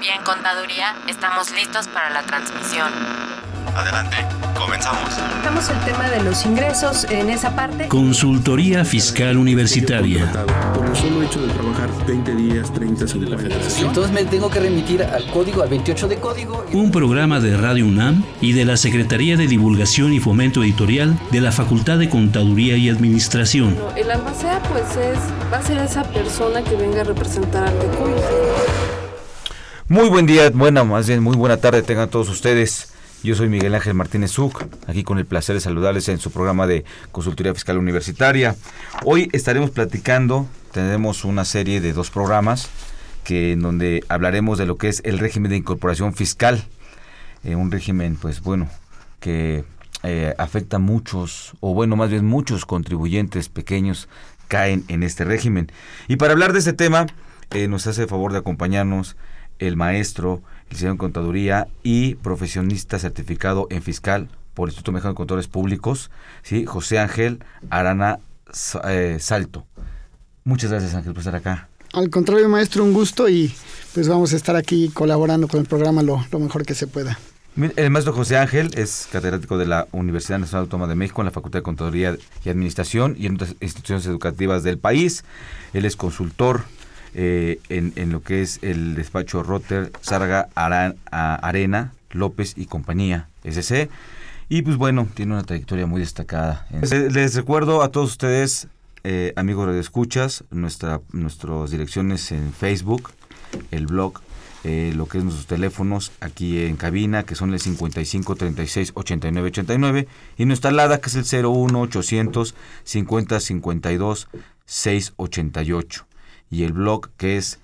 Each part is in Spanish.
y en Contaduría estamos listos para la transmisión. Adelante, comenzamos. Tocamos el tema de los ingresos en esa parte. Consultoría Fiscal Universitaria. Por el solo hecho de trabajar 20 días, 30 sin la federación. Entonces me tengo que remitir al código, al 28 de código. Un programa de Radio UNAM y de la Secretaría de Divulgación y Fomento Editorial de la Facultad de Contaduría y Administración. El albacea va a ser esa persona que venga a representar al TECUY. Muy buen día, muy buena tarde tengan todos ustedes. Yo soy Miguel Ángel Martínez Zuc, aquí con el placer de saludarles en su programa de Consultoría Fiscal Universitaria. Hoy estaremos platicando, tenemos una serie de 2 programas en donde hablaremos de lo que es el régimen de incorporación fiscal, un régimen que afecta a muchos contribuyentes pequeños caen en este régimen. Y para hablar de este tema, nos hace el favor de acompañarnos el maestro, licenciado en Contaduría y profesionista certificado en fiscal por el Instituto Mexicano de Contadores Públicos, ¿sí? José Ángel Arana Salto. Muchas gracias, Ángel, por estar acá. Al contrario, maestro, un gusto y pues vamos a estar aquí colaborando con el programa lo mejor que se pueda. El maestro José Ángel es catedrático de la Universidad Nacional Autónoma de México en la Facultad de Contaduría y Administración y en otras instituciones educativas del país. Él es consultor en lo que es el despacho Rotter, Sarga, Arena, López y compañía, SC. Y pues bueno, tiene una trayectoria muy destacada. Les recuerdo a todos ustedes, amigos radioescuchas, nuestras direcciones en Facebook, el blog, lo que es nuestros teléfonos aquí en cabina, que son el 55 36 89 89, y nuestra alada, que es el 01 800 50 52 688. Y el blog, que es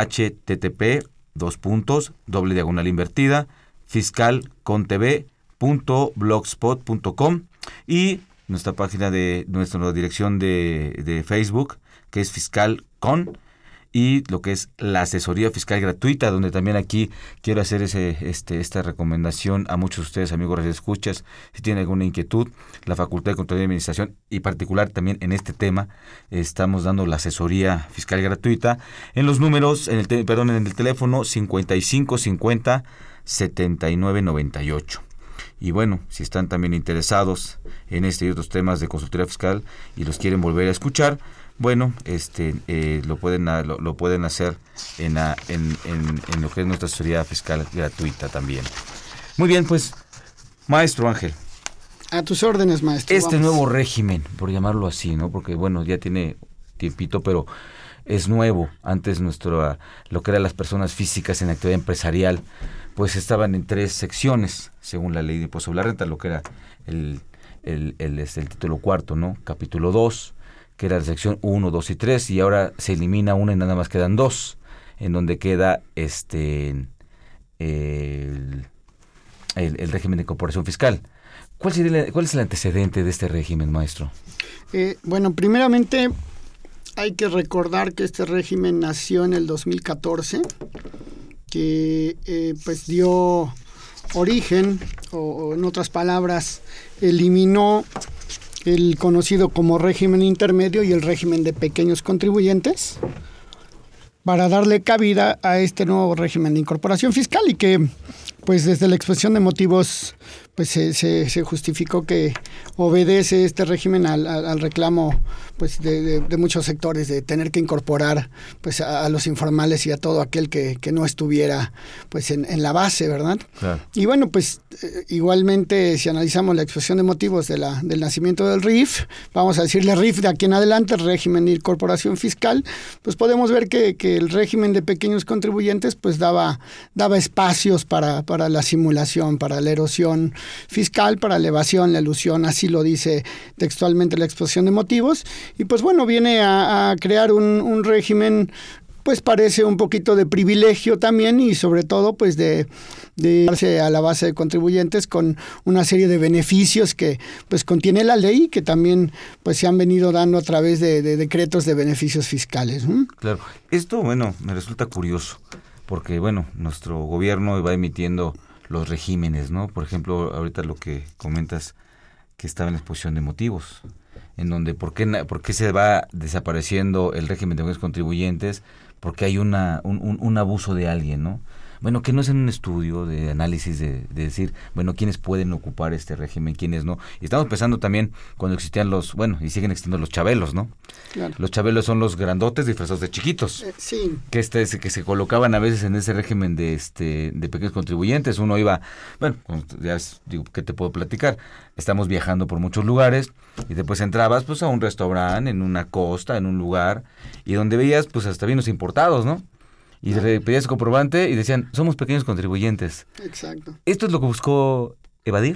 http://fiscalcontv.blogspot.com, y nuestra página de nuestra dirección de Facebook, que es FiscalCon, y lo que es la asesoría fiscal gratuita, donde también aquí quiero hacer esta recomendación a muchos de ustedes, amigos radioescuchas. Si tienen alguna inquietud, la Facultad de Contaduría y Administración, y particular también en este tema, estamos dando la asesoría fiscal gratuita en los números, en el teléfono 55 50 79 98. Y bueno, si están también interesados en este y otros temas de consultoría fiscal y los quieren volver a escuchar, bueno, lo pueden hacer en lo que es nuestra asesoría fiscal gratuita también. Muy bien, pues, maestro Ángel. A tus órdenes, maestro. Nuevo régimen, por llamarlo así, ¿no? Porque bueno, ya tiene tiempito, pero es nuevo. Antes lo que eran las personas físicas en actividad empresarial, pues estaban en 3 secciones, según la ley de impuesto sobre la renta, lo que era el título 4, ¿no? Capítulo 2, que era la sección 1, 2 y 3, y ahora se elimina una y nada más quedan 2, en donde queda el régimen de incorporación fiscal. ¿Cuál es el antecedente de este régimen, maestro? Bueno, primeramente hay que recordar que este régimen nació en el 2014, que pues dio origen, o en otras palabras, eliminó el conocido como régimen intermedio y el régimen de pequeños contribuyentes, para darle cabida a este nuevo régimen de incorporación fiscal, y que pues desde la exposición de motivos pues se justificó que obedece este régimen al reclamo pues de muchos sectores de tener que incorporar pues a los informales y a todo aquel que no estuviera pues en la base, ¿verdad? Claro. Y bueno, pues igualmente, si analizamos la exposición de motivos del nacimiento del RIF, vamos a decirle RIF de aquí en adelante, el régimen de incorporación fiscal, pues podemos ver que el régimen de pequeños contribuyentes pues daba espacios para la simulación, para la erosión fiscal, para la evasión, la elusión, así lo dice textualmente la exposición de motivos, y pues bueno, viene a crear un régimen pues parece un poquito de privilegio también, y sobre todo pues de darse a la base de contribuyentes con una serie de beneficios que pues contiene la ley, y que también pues se han venido dando a través de decretos de beneficios fiscales. Claro, esto bueno, me resulta curioso, porque bueno, nuestro gobierno va emitiendo los regímenes, ¿no? Por ejemplo, ahorita lo que comentas, que estaba en la exposición de motivos, en donde ¿por qué se va desapareciendo el régimen de pequeños contribuyentes? Porque hay un abuso de alguien, ¿no? bueno, que no hacen un estudio de análisis de decir, bueno, quiénes pueden ocupar este régimen, quiénes no. Y estamos pensando también cuando existían y siguen existiendo los chabelos, ¿no? Claro. Los chabelos son los grandotes disfrazados de chiquitos. Sí. Que se colocaban a veces en ese régimen de pequeños contribuyentes. Uno iba, bueno, digo, ¿qué te puedo platicar? Estamos viajando por muchos lugares y después entrabas pues a un restaurante, en una costa, en un lugar, y donde veías pues hasta vinos importados, ¿no? Y pedías comprobante y decían, somos pequeños contribuyentes. Exacto. ¿Esto es lo que buscó evadir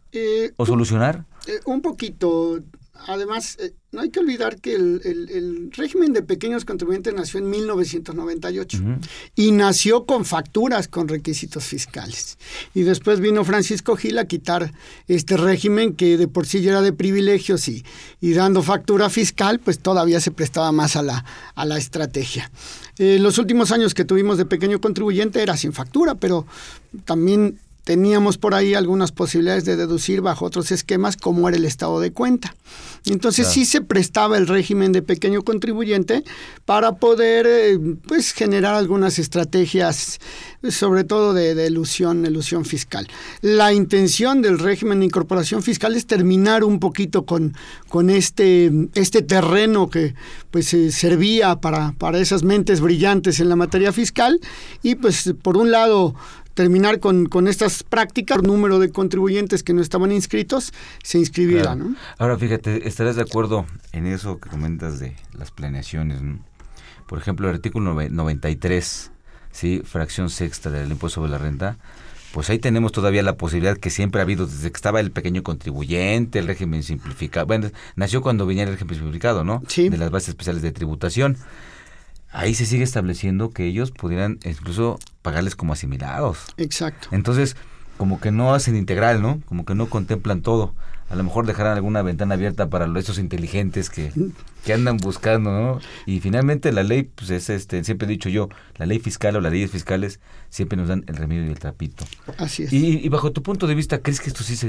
o solucionar? Un poquito. Además, no hay que olvidar que el régimen de pequeños contribuyentes nació en 1998 y nació con facturas con requisitos fiscales. Y después vino Francisco Gil a quitar este régimen que de por sí ya era de privilegios y dando factura fiscal, pues todavía se prestaba más a la estrategia. Los últimos años que tuvimos de pequeño contribuyente era sin factura, pero también teníamos por ahí algunas posibilidades de deducir bajo otros esquemas como era el estado de cuenta. Entonces sí se prestaba el régimen de pequeño contribuyente para poder pues generar algunas estrategias, sobre todo de elusión fiscal. La intención del régimen de incorporación fiscal es terminar un poquito con este terreno que pues servía para esas mentes brillantes en la materia fiscal y pues por un lado terminar con estas prácticas, el número de contribuyentes que no estaban inscritos se inscribieran, claro. ¿no? Ahora, fíjate, ¿estarás de acuerdo en eso que comentas de las planeaciones, ¿no? Por ejemplo, el artículo 93, ¿sí? Fracción sexta del impuesto sobre la renta, pues ahí tenemos todavía la posibilidad que siempre ha habido, desde que estaba el pequeño contribuyente, el régimen simplificado, bueno, nació cuando venía el régimen simplificado, ¿no? Sí. De las bases especiales de tributación. Ahí se sigue estableciendo que ellos pudieran incluso pagarles como asimilados. Exacto. Entonces, como que no hacen integral, ¿no? Como que no contemplan todo. A lo mejor dejarán alguna ventana abierta para esos inteligentes que andan buscando, ¿no? Y finalmente la ley, pues es siempre he dicho yo, la ley fiscal o las leyes fiscales siempre nos dan el remedio y el trapito. Así es. Y bajo tu punto de vista, ¿crees que esto sí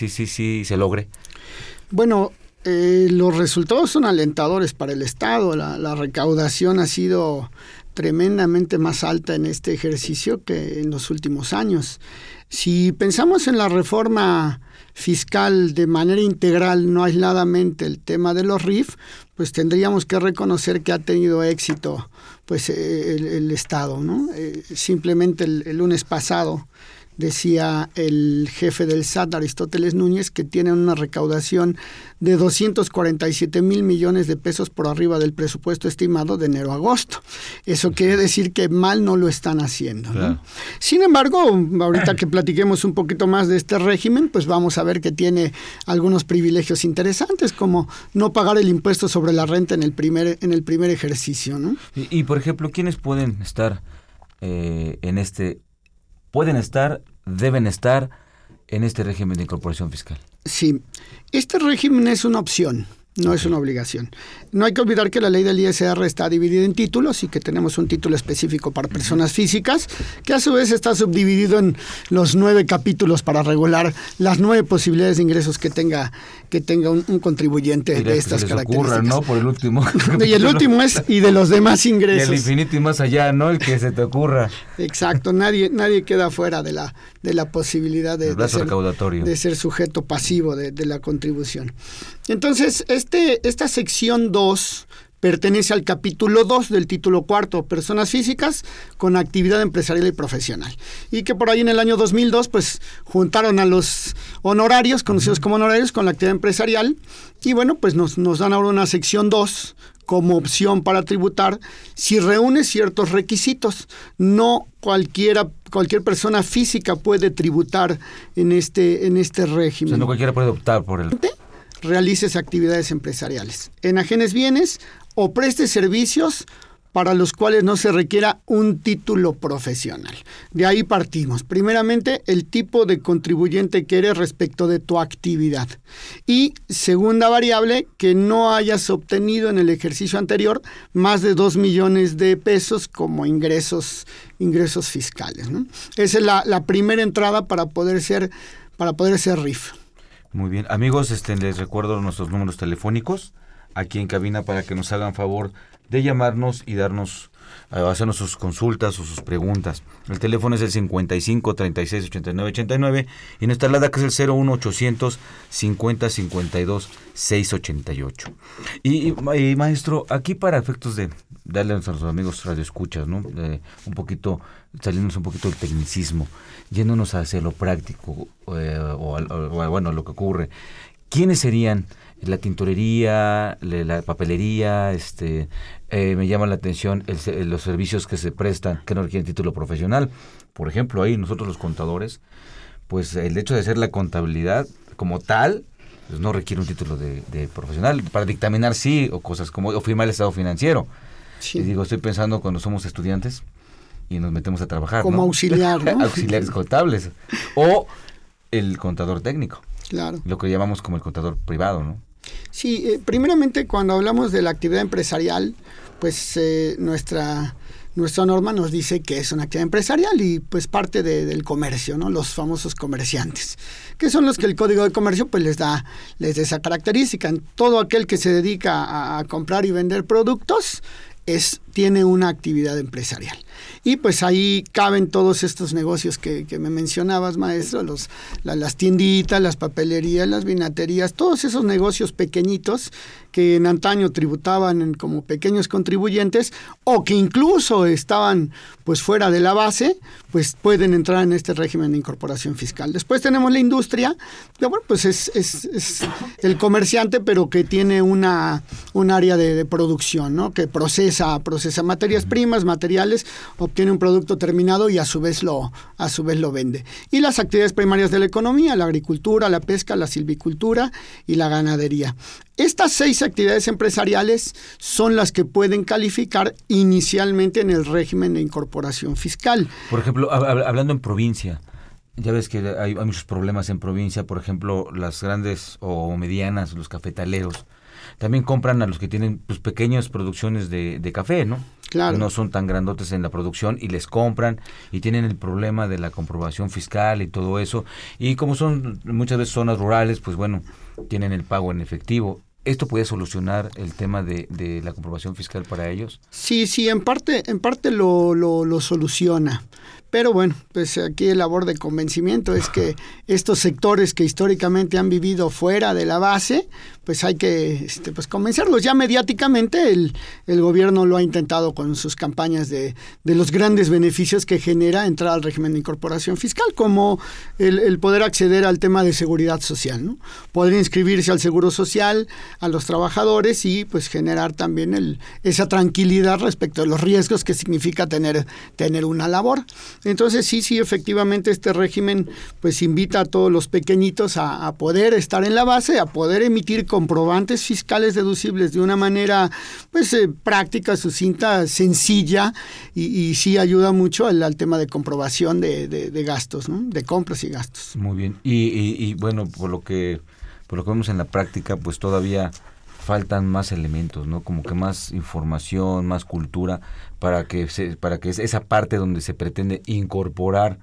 se logre? Bueno, los resultados son alentadores para el Estado. La recaudación ha sido tremendamente más alta en este ejercicio que en los últimos años. Si pensamos en la reforma fiscal de manera integral, no aisladamente el tema de los RIF, pues tendríamos que reconocer que ha tenido éxito pues el Estado, ¿no? Simplemente el lunes pasado decía el jefe del SAT, Aristóteles Núñez, que tienen una recaudación de 247 mil millones de pesos por arriba del presupuesto estimado de enero a agosto. Eso quiere decir que mal no lo están haciendo, ¿no? Claro. Sin embargo, ahorita que platiquemos un poquito más de este régimen, pues vamos a ver que tiene algunos privilegios interesantes, como no pagar el impuesto sobre la renta en el primer ejercicio, ¿no? Y por ejemplo, ¿quiénes pueden estar deben estar en este régimen de incorporación fiscal? Sí, este régimen es una opción, no es una obligación. No hay que olvidar que la ley del ISR está dividida en títulos y que tenemos un título específico para personas físicas, que a su vez está subdividido en los 9 capítulos para regular las 9 posibilidades de ingresos que tenga un contribuyente de estas características. Ocurra, ¿no? Por el último. Y el último es y de los demás ingresos. Y el infinito y más allá, ¿no? El que se te ocurra. Exacto, nadie queda fuera de la posibilidad de ser sujeto pasivo de la contribución. Entonces, esta sección 2 pertenece al capítulo 2 del título 4, personas físicas con actividad empresarial y profesional. Y que por ahí en el año 2002, pues, juntaron a los honorarios, conocidos como honorarios, con la actividad empresarial. Y bueno, pues nos dan ahora una sección 2 como opción para tributar si reúne ciertos requisitos. No cualquier persona física puede tributar en este régimen. O sea, no cualquiera puede optar por el... Realices actividades empresariales, enajenes bienes o preste servicios para los cuales no se requiera un título profesional. De ahí partimos. Primeramente, el tipo de contribuyente que eres respecto de tu actividad. Y segunda variable, que no hayas obtenido en el ejercicio anterior más de 2 millones de pesos como ingresos fiscales, ¿no? Esa es la primera entrada para poder ser RIF. Muy bien. Amigos, les recuerdo nuestros números telefónicos aquí en cabina para que nos hagan favor de llamarnos y hacernos sus consultas o sus preguntas. El teléfono es el 55 36 89 89 y nuestra alada que es el 01 800 50 52 688. Y maestro, aquí para efectos de darle a nuestros amigos radioescuchas, ¿no? Un poquito, saliéndonos un poquito del tecnicismo, yéndonos hacia lo práctico bueno, lo que ocurre. ¿Quiénes serían? La tintorería, la papelería, me llama la atención los servicios que se prestan, que no requieren título profesional. Por ejemplo, ahí nosotros los contadores, pues el hecho de hacer la contabilidad como tal, pues no requiere un título de profesional. Para dictaminar sí, o cosas como, o firmar el estado financiero. Sí. Y digo, estoy pensando cuando somos estudiantes y nos metemos a trabajar, como auxiliar, ¿no? Auxiliares contables. O el contador técnico. Claro. Lo que llamamos como el contador privado, ¿no? Sí, primeramente cuando hablamos de la actividad empresarial, pues nuestra norma nos dice que es una actividad empresarial y pues parte del comercio, ¿no? Los famosos comerciantes, que son los que el Código de Comercio pues les da esa característica. Todo aquel que se dedica a comprar y vender productos tiene una actividad empresarial. Y pues ahí caben todos estos negocios que me mencionabas, maestro, las tienditas, las papelerías, las vinaterías, todos esos negocios pequeñitos que en antaño tributaban como pequeños contribuyentes o que incluso estaban pues fuera de la base, pues pueden entrar en este régimen de incorporación fiscal. Después tenemos la industria, que bueno, pues es el comerciante, pero que tiene un área de producción, ¿no? Que procesa materias primas, materiales, obtiene un producto terminado y a su vez lo vende. Y las actividades primarias de la economía, la agricultura, la pesca, la silvicultura y la ganadería. Estas 6 actividades empresariales son las que pueden calificar inicialmente en el régimen de incorporación fiscal. Por ejemplo, hablando en provincia, ya ves que hay muchos problemas en provincia, por ejemplo, las grandes o medianas, los cafetaleros, también compran a los que tienen pues pequeñas producciones de café, ¿no? Claro. No son tan grandotes en la producción y les compran y tienen el problema de la comprobación fiscal y todo eso. Y como son muchas veces zonas rurales, pues bueno, tienen el pago en efectivo. ¿Esto puede solucionar el tema de la comprobación fiscal para ellos? Sí, en parte lo soluciona. Pero bueno, pues aquí la labor de convencimiento es que estos sectores que históricamente han vivido fuera de la base, pues hay que pues convencerlos. Ya mediáticamente el gobierno lo ha intentado con sus campañas de los grandes beneficios que genera entrar al régimen de incorporación fiscal, como el poder acceder al tema de seguridad social, ¿no? Poder inscribirse al seguro social a los trabajadores y pues generar también esa tranquilidad respecto a los riesgos que significa tener una labor. Entonces sí, efectivamente este régimen pues invita a todos los pequeñitos a poder estar en la base, a poder emitir comprobantes fiscales deducibles de una manera pues práctica, sucinta, sencilla y sí ayuda mucho al tema de comprobación de gastos, ¿no? De compras y gastos. Muy bien. Y bueno, por lo que vemos en la práctica, pues todavía faltan más elementos, ¿no? Como que más información, más cultura para que esa parte donde se pretende incorporar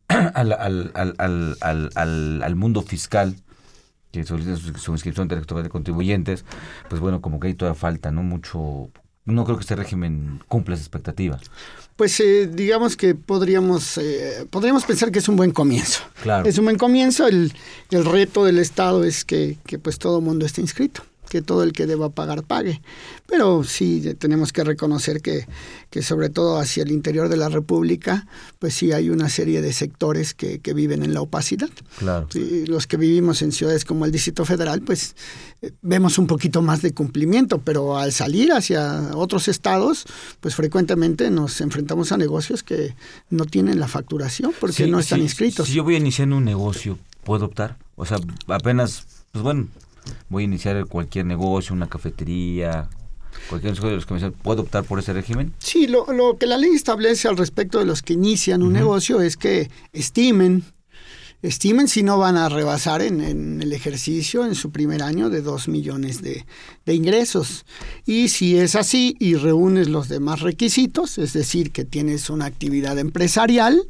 al mundo fiscal, que solicita su inscripción directora de contribuyentes, pues bueno, como que ahí todavía falta, ¿no? Mucho. No creo que este régimen cumpla esa expectativa. Pues digamos que podríamos pensar que es un buen comienzo. Claro. Es un buen comienzo. El reto del Estado es que pues todo mundo esté inscrito, que todo el que deba pagar pague. Pero sí tenemos que reconocer que sobre todo hacia el interior de la República, pues sí hay una serie de sectores que viven en la opacidad. Claro. Sí, los que vivimos en ciudades como el Distrito Federal, pues vemos un poquito más de cumplimiento, pero al salir hacia otros estados, pues frecuentemente nos enfrentamos a negocios que no tienen la facturación porque no están inscritos. Si yo voy iniciando un negocio, ¿puedo optar? O sea, apenas, pues bueno, voy a iniciar cualquier negocio, una cafetería, cualquier negocio de los que me dicen, ¿puedo optar por ese régimen? Sí, lo que la ley establece al respecto de los que inician un negocio es que estimen si no van a rebasar en el ejercicio, en su primer año, de 2 millones de ingresos. Y si es así y reúnes los demás requisitos, es decir, que tienes una actividad empresarial,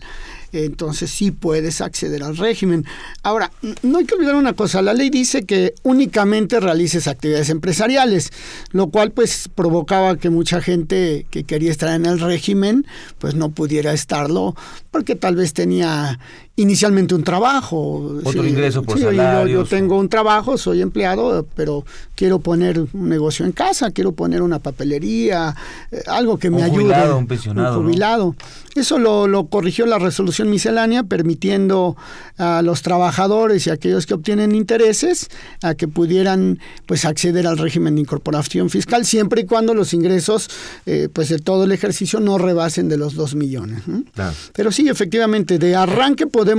entonces sí puedes acceder al régimen. Ahora, no hay que olvidar una cosa, la ley dice que únicamente realices actividades empresariales, lo cual pues provocaba que mucha gente que quería estar en el régimen pues no pudiera estarlo porque tal vez tenía inicialmente un trabajo. Otro ingreso por sí, salarios. Yo tengo un trabajo, soy empleado, pero quiero poner un negocio en casa, quiero poner una papelería, algo que me ayude. Un pensionado, un jubilado. ¿No? Eso lo corrigió la resolución miscelánea, permitiendo a los trabajadores y a aquellos que obtienen intereses a que pudieran pues acceder al régimen de incorporación fiscal, siempre y cuando los ingresos pues de todo el ejercicio no rebasen de los 2 millones. ¿No? Claro. Pero sí, efectivamente, de arranque podemos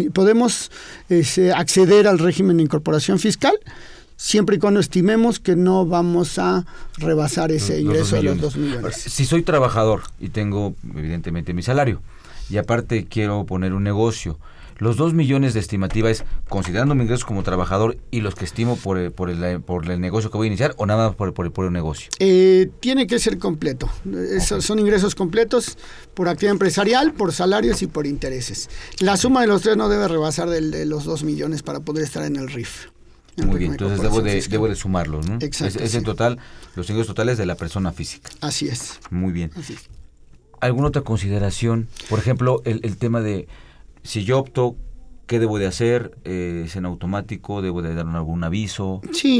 acceder al régimen de incorporación fiscal, siempre y cuando estimemos que no vamos a rebasar ese ingreso de los 2 millones. Si soy trabajador y tengo evidentemente mi salario y aparte quiero poner un negocio, los 2 millones de estimativa es considerando mi ingreso como trabajador y los que estimo por el negocio que voy a iniciar, o nada más por el negocio. Tiene que ser completo. Son ingresos completos por actividad empresarial, por salarios y por intereses. La suma de los tres no debe rebasar de los 2 millones para poder estar en el RIF. Muy bien, entonces debo de sumarlos, ¿no? Exacto. Es en total los ingresos totales de la persona física. Así es. Muy bien. Así es. ¿Alguna otra consideración? Por ejemplo, el tema de si yo opto, ¿qué debo de hacer? ¿Es en automático? ¿Debo de dar algún aviso? Sí,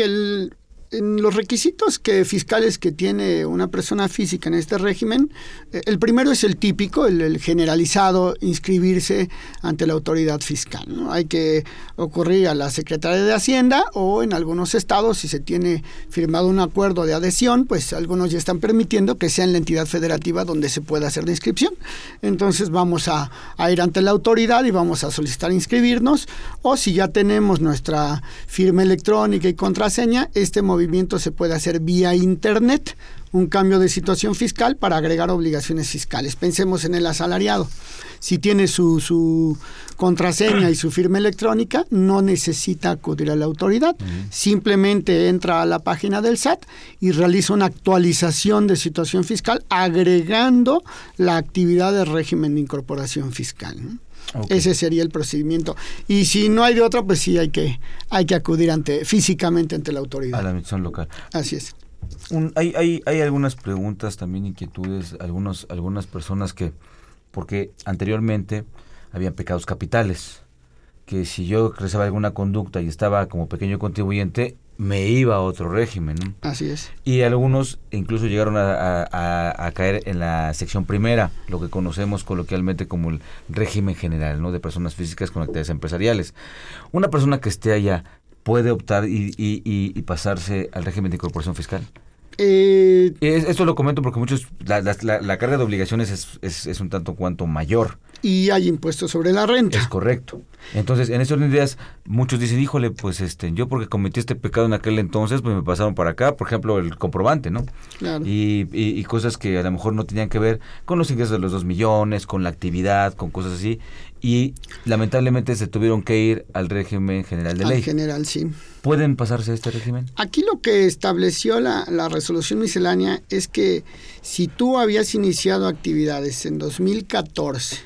en los requisitos fiscales que tiene una persona física en este régimen, el primero es el típico, el generalizado, inscribirse ante la autoridad fiscal, ¿no? Hay que ocurrir a la Secretaría de Hacienda o en algunos estados, si se tiene firmado un acuerdo de adhesión, pues algunos ya están permitiendo que sea en la entidad federativa donde se pueda hacer la inscripción. Entonces vamos a ir ante la autoridad y vamos a solicitar inscribirnos, o si ya tenemos nuestra firma electrónica y contraseña, este movimiento se puede hacer vía internet, un cambio de situación fiscal para agregar obligaciones fiscales. Pensemos en el asalariado. Si tiene su contraseña y su firma electrónica, no necesita acudir a la autoridad. Simplemente entra a la página del SAT y realiza una actualización de situación fiscal agregando la actividad del régimen de incorporación fiscal, ¿no? Okay. Ese sería el procedimiento. Y si no hay de otra, pues sí hay que acudir físicamente ante la autoridad. A la administración local. Así es. Hay algunas preguntas, también inquietudes, algunas personas porque anteriormente habían pecados capitales, que si yo realizaba alguna conducta y estaba como pequeño contribuyente, me iba a otro régimen, ¿no? Así es. Y algunos incluso llegaron a caer en la sección primera, lo que conocemos coloquialmente como el régimen general, ¿no? De personas físicas con actividades empresariales. Una persona que esté allá puede optar y pasarse al régimen de incorporación fiscal. Esto lo comento porque muchos la carga de obligaciones es un tanto cuanto mayor. Y hay impuestos sobre la renta. Es correcto. Entonces, en ese orden de ideas, muchos dicen, híjole, pues yo porque cometí este pecado en aquel entonces, pues me pasaron para acá, por ejemplo, el comprobante, ¿no? Claro. Y cosas que a lo mejor no tenían que ver con los ingresos de los 2 millones, con la actividad, con cosas así, y lamentablemente se tuvieron que ir al régimen general de ley. Al general, sí. ¿Pueden pasarse a este régimen? Aquí lo que estableció la resolución miscelánea es que si tú habías iniciado actividades en 2014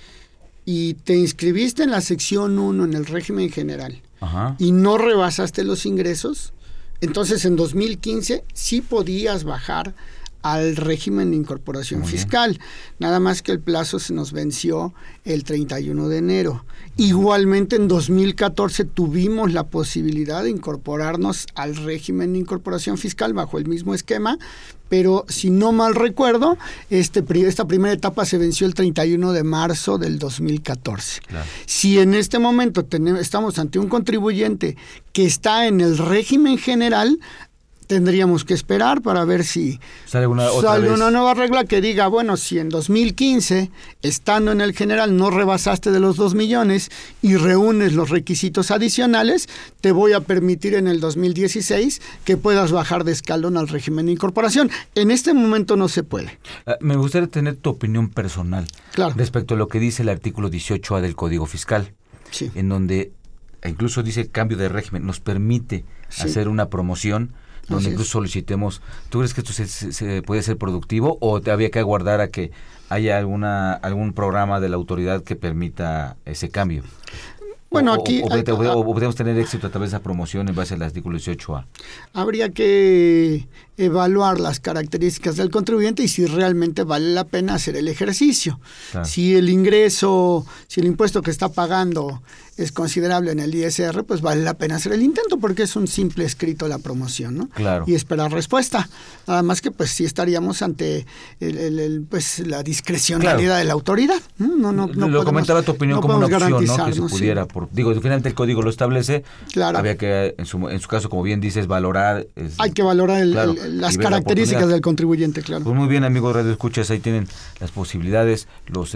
y te inscribiste en la sección 1 en el régimen general, ajá, y no rebasaste los ingresos, entonces en 2015 sí podías bajar al régimen de incorporación fiscal. Nada más que el plazo se nos venció el 31 de enero. Igualmente en 2014 tuvimos la posibilidad de incorporarnos al régimen de incorporación fiscal bajo el mismo esquema, pero si no mal recuerdo, esta primera etapa se venció el 31 de marzo del 2014. Claro. Si en este momento estamos ante un contribuyente que está en el régimen general, tendríamos que esperar para ver si sale una nueva regla que diga, bueno, si en 2015, estando en el general, no rebasaste de los 2 millones y reúnes los requisitos adicionales, te voy a permitir en el 2016 que puedas bajar de escalón al régimen de incorporación. En este momento no se puede. Me gustaría tener tu opinión personal, claro, respecto a lo que dice el artículo 18A del Código Fiscal, sí, en donde incluso dice cambio de régimen, nos permite hacer una promoción donde incluso solicitemos. ¿Tú crees que esto se puede ser productivo o te había que aguardar a que haya algún programa de la autoridad que permita ese cambio? Bueno, aquí... O podemos tener éxito a través de esa promoción en base al artículo 18A. Habría que evaluar las características del contribuyente y si realmente vale la pena hacer el ejercicio. Claro. Si el impuesto que está pagando es considerable en el ISR, pues vale la pena hacer el intento porque es un simple escrito a la promoción, ¿no? Claro. Y esperar respuesta. Nada más que pues sí estaríamos ante la discrecionalidad de la autoridad. No lo comentaba tu opinión como una opción, ¿no? Que se pudiera, finalmente el código lo establece. Claro. Había que, en su caso, como bien dices, valorar. Hay que valorar las características del contribuyente, claro. Pues muy bien, amigos Radio Escuchas, ahí tienen las posibilidades, los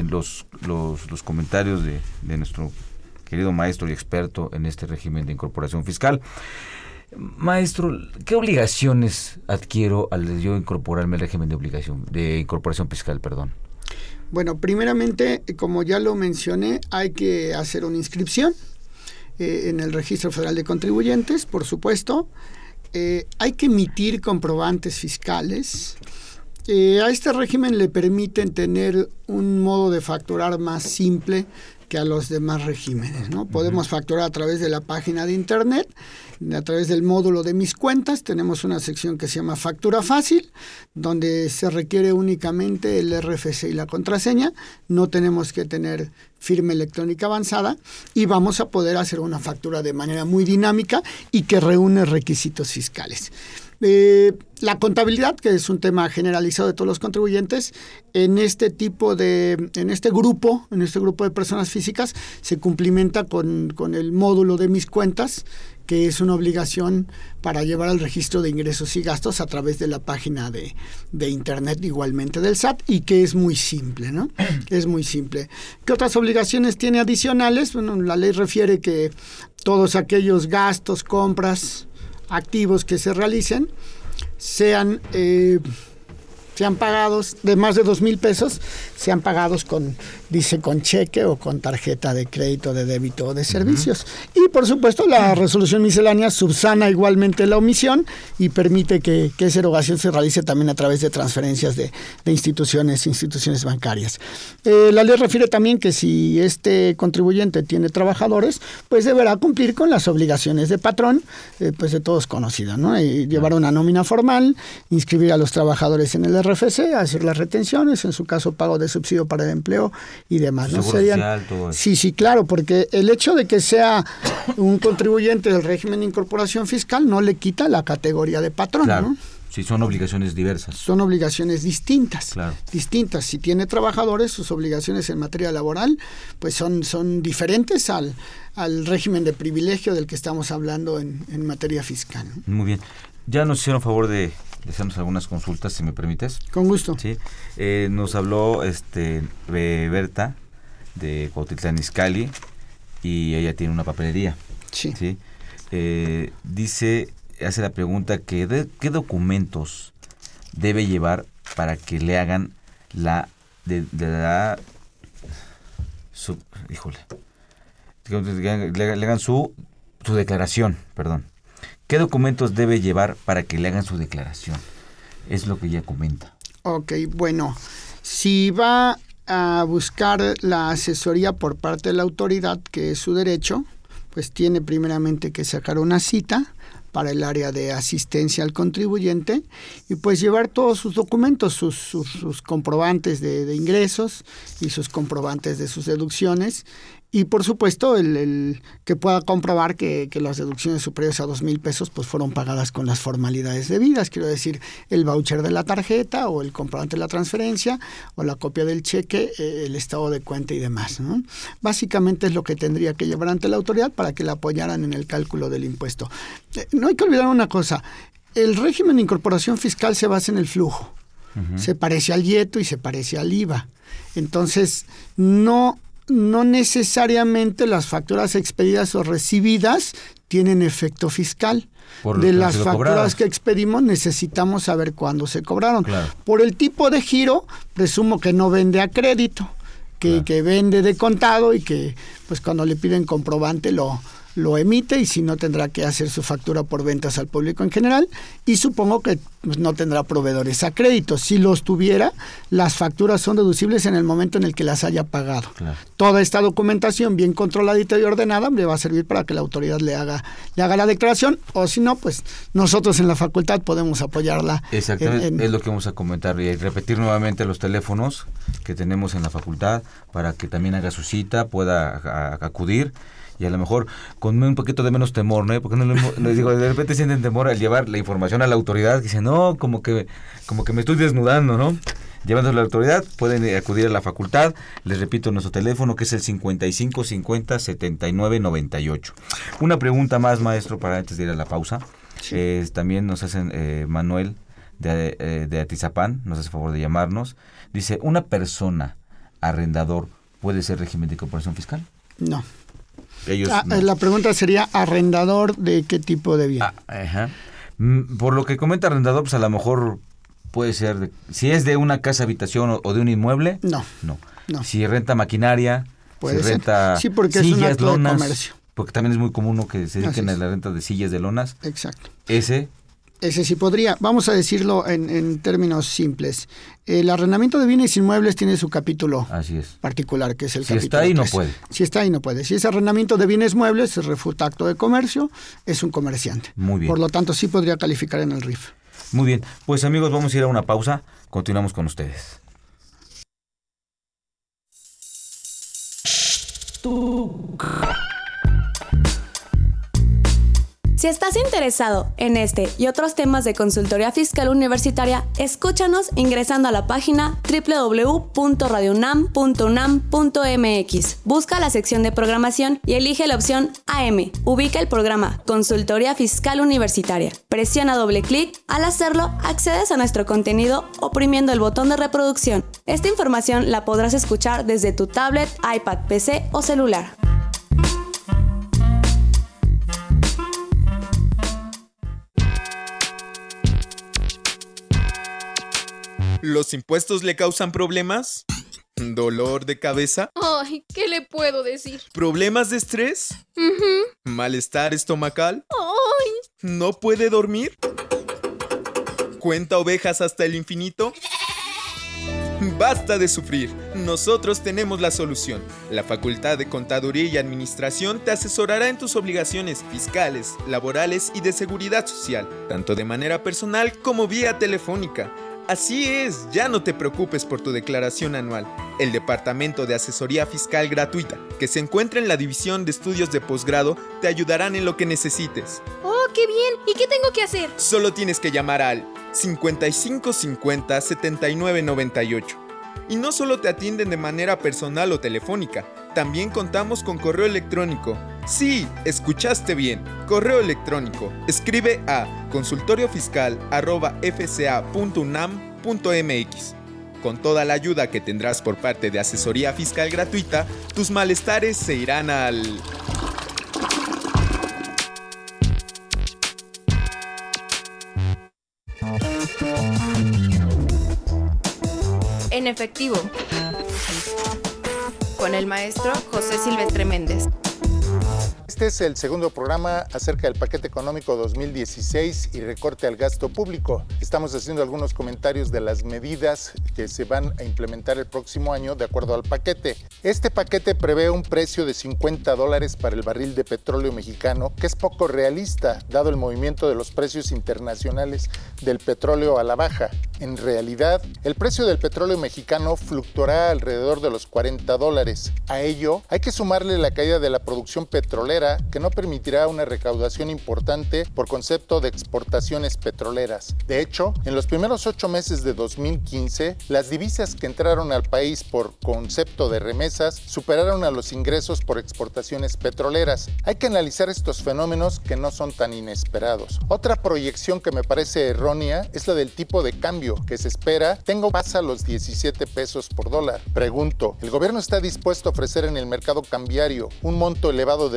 comentarios de nuestro querido maestro y experto en este régimen de incorporación fiscal. Maestro, ¿qué obligaciones adquiero al yo incorporarme al régimen de incorporación fiscal, perdón? Bueno, primeramente, como ya lo mencioné, hay que hacer una inscripción en el Registro Federal de Contribuyentes, por supuesto. Hay que emitir comprobantes fiscales. A este régimen le permiten tener un modo de facturar más simple que a los demás regímenes, ¿no? Podemos facturar a través de la página de internet, a través del módulo de mis cuentas. Tenemos una sección que se llama Factura Fácil, donde se requiere únicamente el RFC y la contraseña. No tenemos que tener firma electrónica avanzada y vamos a poder hacer una factura de manera muy dinámica y que reúne requisitos fiscales. La contabilidad, que es un tema generalizado de todos los contribuyentes, en este grupo de personas físicas se cumplimenta con el módulo de mis cuentas, que es una obligación para llevar al registro de ingresos y gastos a través de la página de internet igualmente del SAT, y que es muy simple, ¿no? Es muy simple. ¿Qué otras obligaciones tiene adicionales? Bueno, la ley refiere que todos aquellos gastos, compras, activos que se realicen sean pagados de más de 2,000 pesos, sean pagados con cheque o con tarjeta de crédito, de débito o de servicios. Y por supuesto la resolución miscelánea subsana igualmente la omisión y permite que esa erogación se realice también a través de transferencias de instituciones bancarias. La ley refiere también que si este contribuyente tiene trabajadores, pues deberá cumplir con las obligaciones de patrón, pues de todos conocidas, ¿no? Y llevar una nómina formal, inscribir a los trabajadores en el RFC, hacer las retenciones, en su caso pago de subsidio para el empleo y demás, ¿no? Sí, claro, porque el hecho de que sea un contribuyente del régimen de incorporación fiscal no le quita la categoría de patrón, claro, ¿no? Sí, son obligaciones diversas. Son obligaciones distintas. Claro. Distintas. Si tiene trabajadores, sus obligaciones en materia laboral pues son diferentes al régimen de privilegio del que estamos hablando en materia fiscal, ¿no? Muy bien. Ya nos hicieron favor de hacernos algunas consultas, si me permites. Con gusto. Sí. Nos habló Berta de Cuautitlán Izcalli y ella tiene una papelería. Sí. ¿Sí? Hace la pregunta que ¿qué documentos debe llevar para que le hagan le hagan su declaración, perdón? ¿Qué documentos debe llevar para que le hagan su declaración? Es lo que ella comenta. Ok, bueno, si va a buscar la asesoría por parte de la autoridad, que es su derecho, pues tiene primeramente que sacar una cita para el área de asistencia al contribuyente y pues llevar todos sus documentos, sus comprobantes de ingresos y sus comprobantes de sus deducciones. Y por supuesto el que pueda comprobar que las deducciones superiores a 2,000 pesos pues fueron pagadas con las formalidades debidas, quiero decir, el voucher de la tarjeta o el comprobante de la transferencia o la copia del cheque, el estado de cuenta y demás, ¿no? Básicamente es lo que tendría que llevar ante la autoridad para que la apoyaran en el cálculo del impuesto. No hay que olvidar una cosa, el régimen de incorporación fiscal se basa en el flujo, se parece al IETO y se parece al IVA, entonces no necesariamente las facturas expedidas o recibidas tienen efecto fiscal. De las facturas que expedimos necesitamos saber cuándo se cobraron. Claro. Por el tipo de giro, presumo que no vende a crédito, que vende de contado y que pues cuando le piden comprobante lo lo emite y si no tendrá que hacer su factura por ventas al público en general y supongo que pues, no tendrá proveedores a crédito. Si los tuviera, las facturas son deducibles en el momento en el que las haya pagado. Claro. Toda esta documentación bien controladita y ordenada le va a servir para que la autoridad le haga la declaración o si no, pues nosotros en la facultad podemos apoyarla. Exactamente, es lo que vamos a comentar y repetir nuevamente los teléfonos que tenemos en la facultad para que también haga su cita, pueda acudir. Y a lo mejor con un poquito de menos temor, ¿no? Porque les digo, de repente sienten temor al llevar la información a la autoridad, que dicen, no, como que me estoy desnudando, ¿no? Llevándose a la autoridad, pueden acudir a la facultad. Les repito, nuestro teléfono que es el 55 50 79 98. Una pregunta más, maestro, para antes de ir a la pausa. Sí. También nos hacen Manuel de Atizapán, nos hace favor de llamarnos. Dice, ¿una persona arrendador puede ser régimen de incorporación fiscal? No. No. La pregunta sería, ¿arrendador de qué tipo de bien? Ajá. Por lo que comenta arrendador, pues a lo mejor puede ser, si es de una casa habitación o de un inmueble, no. Si renta maquinaria, puede si renta sí, porque sillas, es un acto lonas, de comercio. Porque también es muy común que se dediquen a la renta de sillas de lonas. Exacto. Ese sí podría. Vamos a decirlo en términos simples. El arrendamiento de bienes inmuebles tiene su capítulo particular, que es el capítulo 3. Si está ahí, no puede. Si está ahí, no puede. Si es arrendamiento de bienes muebles, se refuta acto de comercio, es un comerciante. Muy bien. Por lo tanto, sí podría calificar en el RIF. Muy bien. Pues amigos, vamos a ir a una pausa. Continuamos con ustedes. Si estás interesado en este y otros temas de consultoría fiscal universitaria, escúchanos ingresando a la página www.radiounam.unam.mx. Busca la sección de programación y elige la opción AM. Ubica el programa Consultoría Fiscal Universitaria. Presiona doble clic. Al hacerlo, accedes a nuestro contenido oprimiendo el botón de reproducción. Esta información la podrás escuchar desde tu tablet, iPad, PC o celular. ¿Los impuestos le causan problemas? ¿Dolor de cabeza? Ay, ¿qué le puedo decir? ¿Problemas de estrés? ¿Malestar estomacal? Ay. ¿No puede dormir? ¿Cuenta ovejas hasta el infinito? Basta de sufrir. Nosotros tenemos la solución. La Facultad de Contaduría y Administración te asesorará en tus obligaciones fiscales, laborales y de seguridad social, tanto de manera personal como vía telefónica. Así es, ya no te preocupes por tu declaración anual. El Departamento de Asesoría Fiscal Gratuita, que se encuentra en la División de Estudios de Posgrado, te ayudarán en lo que necesites. ¡Oh, qué bien! ¿Y qué tengo que hacer? Solo tienes que llamar al 55 50 79 98. Y no solo te atienden de manera personal o telefónica, también contamos con correo electrónico. Sí, escuchaste bien, correo electrónico. Escribe a consultoriofiscal@fca.unam.mx. Con toda la ayuda que tendrás por parte de Asesoría Fiscal Gratuita, tus malestares se irán al... En efectivo, con el maestro José Silvestre Méndez. Este es el segundo programa acerca del paquete económico 2016 y recorte al gasto público. Estamos haciendo algunos comentarios de las medidas que se van a implementar el próximo año de acuerdo al paquete. Este paquete prevé un precio de $50 para el barril de petróleo mexicano, que es poco realista dado el movimiento de los precios internacionales del petróleo a la baja. En realidad, el precio del petróleo mexicano fluctuará alrededor de los $40. A ello, hay que sumarle la caída de la producción petrolera, que no permitirá una recaudación importante por concepto de exportaciones petroleras. De hecho, en los primeros 8 meses de 2015, las divisas que entraron al país por concepto de remesas superaron a los ingresos por exportaciones petroleras. Hay que analizar estos fenómenos que no son tan inesperados. Otra proyección que me parece errónea es la del tipo de cambio, que se espera pasa los 17 pesos por dólar. Pregunto, ¿el gobierno está dispuesto a ofrecer en el mercado cambiario un monto elevado de dólares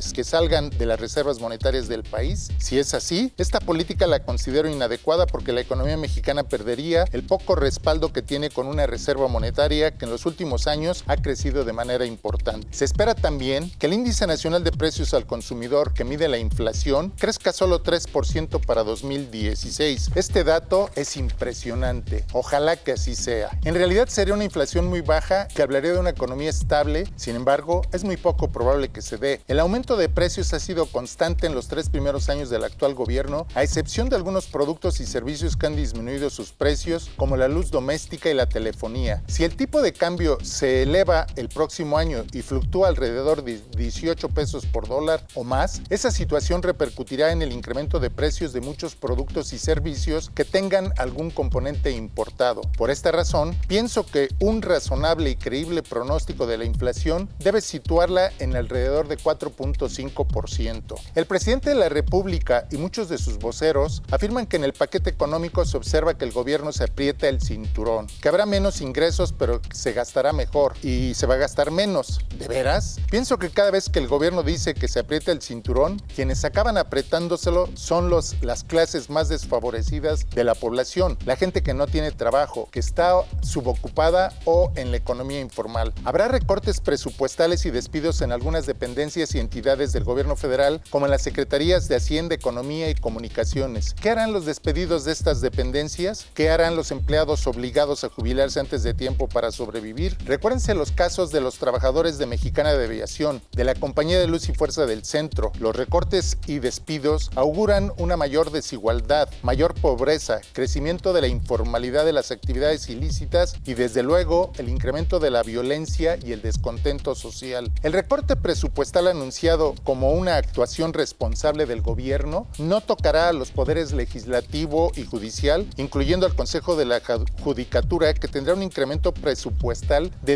dólares que salgan de las reservas monetarias del país? Si es así, esta política la considero inadecuada porque la economía mexicana perdería el poco respaldo que tiene con una reserva monetaria que en los últimos años ha crecido de manera importante. Se espera también que el índice nacional de precios al consumidor, que mide la inflación, crezca solo 3% para 2016. Este dato es impresionante. Ojalá que así sea. En realidad sería una inflación muy baja que hablaría de una economía estable. Sin embargo, es muy poco probable que se dé. El aumento de precios ha sido constante en los 3 primeros años del actual gobierno, a excepción de algunos productos y servicios que han disminuido sus precios, como la luz doméstica y la telefonía. Si el tipo de cambio se eleva el próximo año y fluctúa alrededor de 18 pesos por dólar o más, esa situación repercutirá en el incremento de precios de muchos productos y servicios que tengan algún componente importado. Por esta razón, pienso que un razonable y creíble pronóstico de la inflación debe situarla en alrededor de 4.5%. El presidente de la República y muchos de sus voceros afirman que en el paquete económico se observa que el gobierno se aprieta el cinturón, que habrá menos ingresos pero se gastará mejor y se va a gastar menos. ¿De veras? Pienso que cada vez que el gobierno dice que se aprieta el cinturón, quienes acaban apretándoselo son las clases más desfavorecidas de la población, la gente que no tiene trabajo, que está subocupada o en la economía informal. Habrá recortes presupuestales y despidos en algunas dependencias y entidades del gobierno federal, como en las secretarías de Hacienda, Economía y Comunicaciones. ¿Qué harán los despedidos de estas dependencias? ¿Qué harán los empleados obligados a jubilarse antes de tiempo para sobrevivir? Recuérdense los casos de los trabajadores de Mexicana de Aviación, de la Compañía de Luz y Fuerza del Centro. Los recortes y despidos auguran una mayor desigualdad, mayor pobreza, crecimiento de la informalidad de las actividades ilícitas y desde luego el incremento de la violencia y el descontento social. El recorte presupuestal anunciado como una actuación responsable del gobierno no tocará a los poderes legislativo y judicial, incluyendo al Consejo de la Judicatura, que tendrá un incremento presupuestal de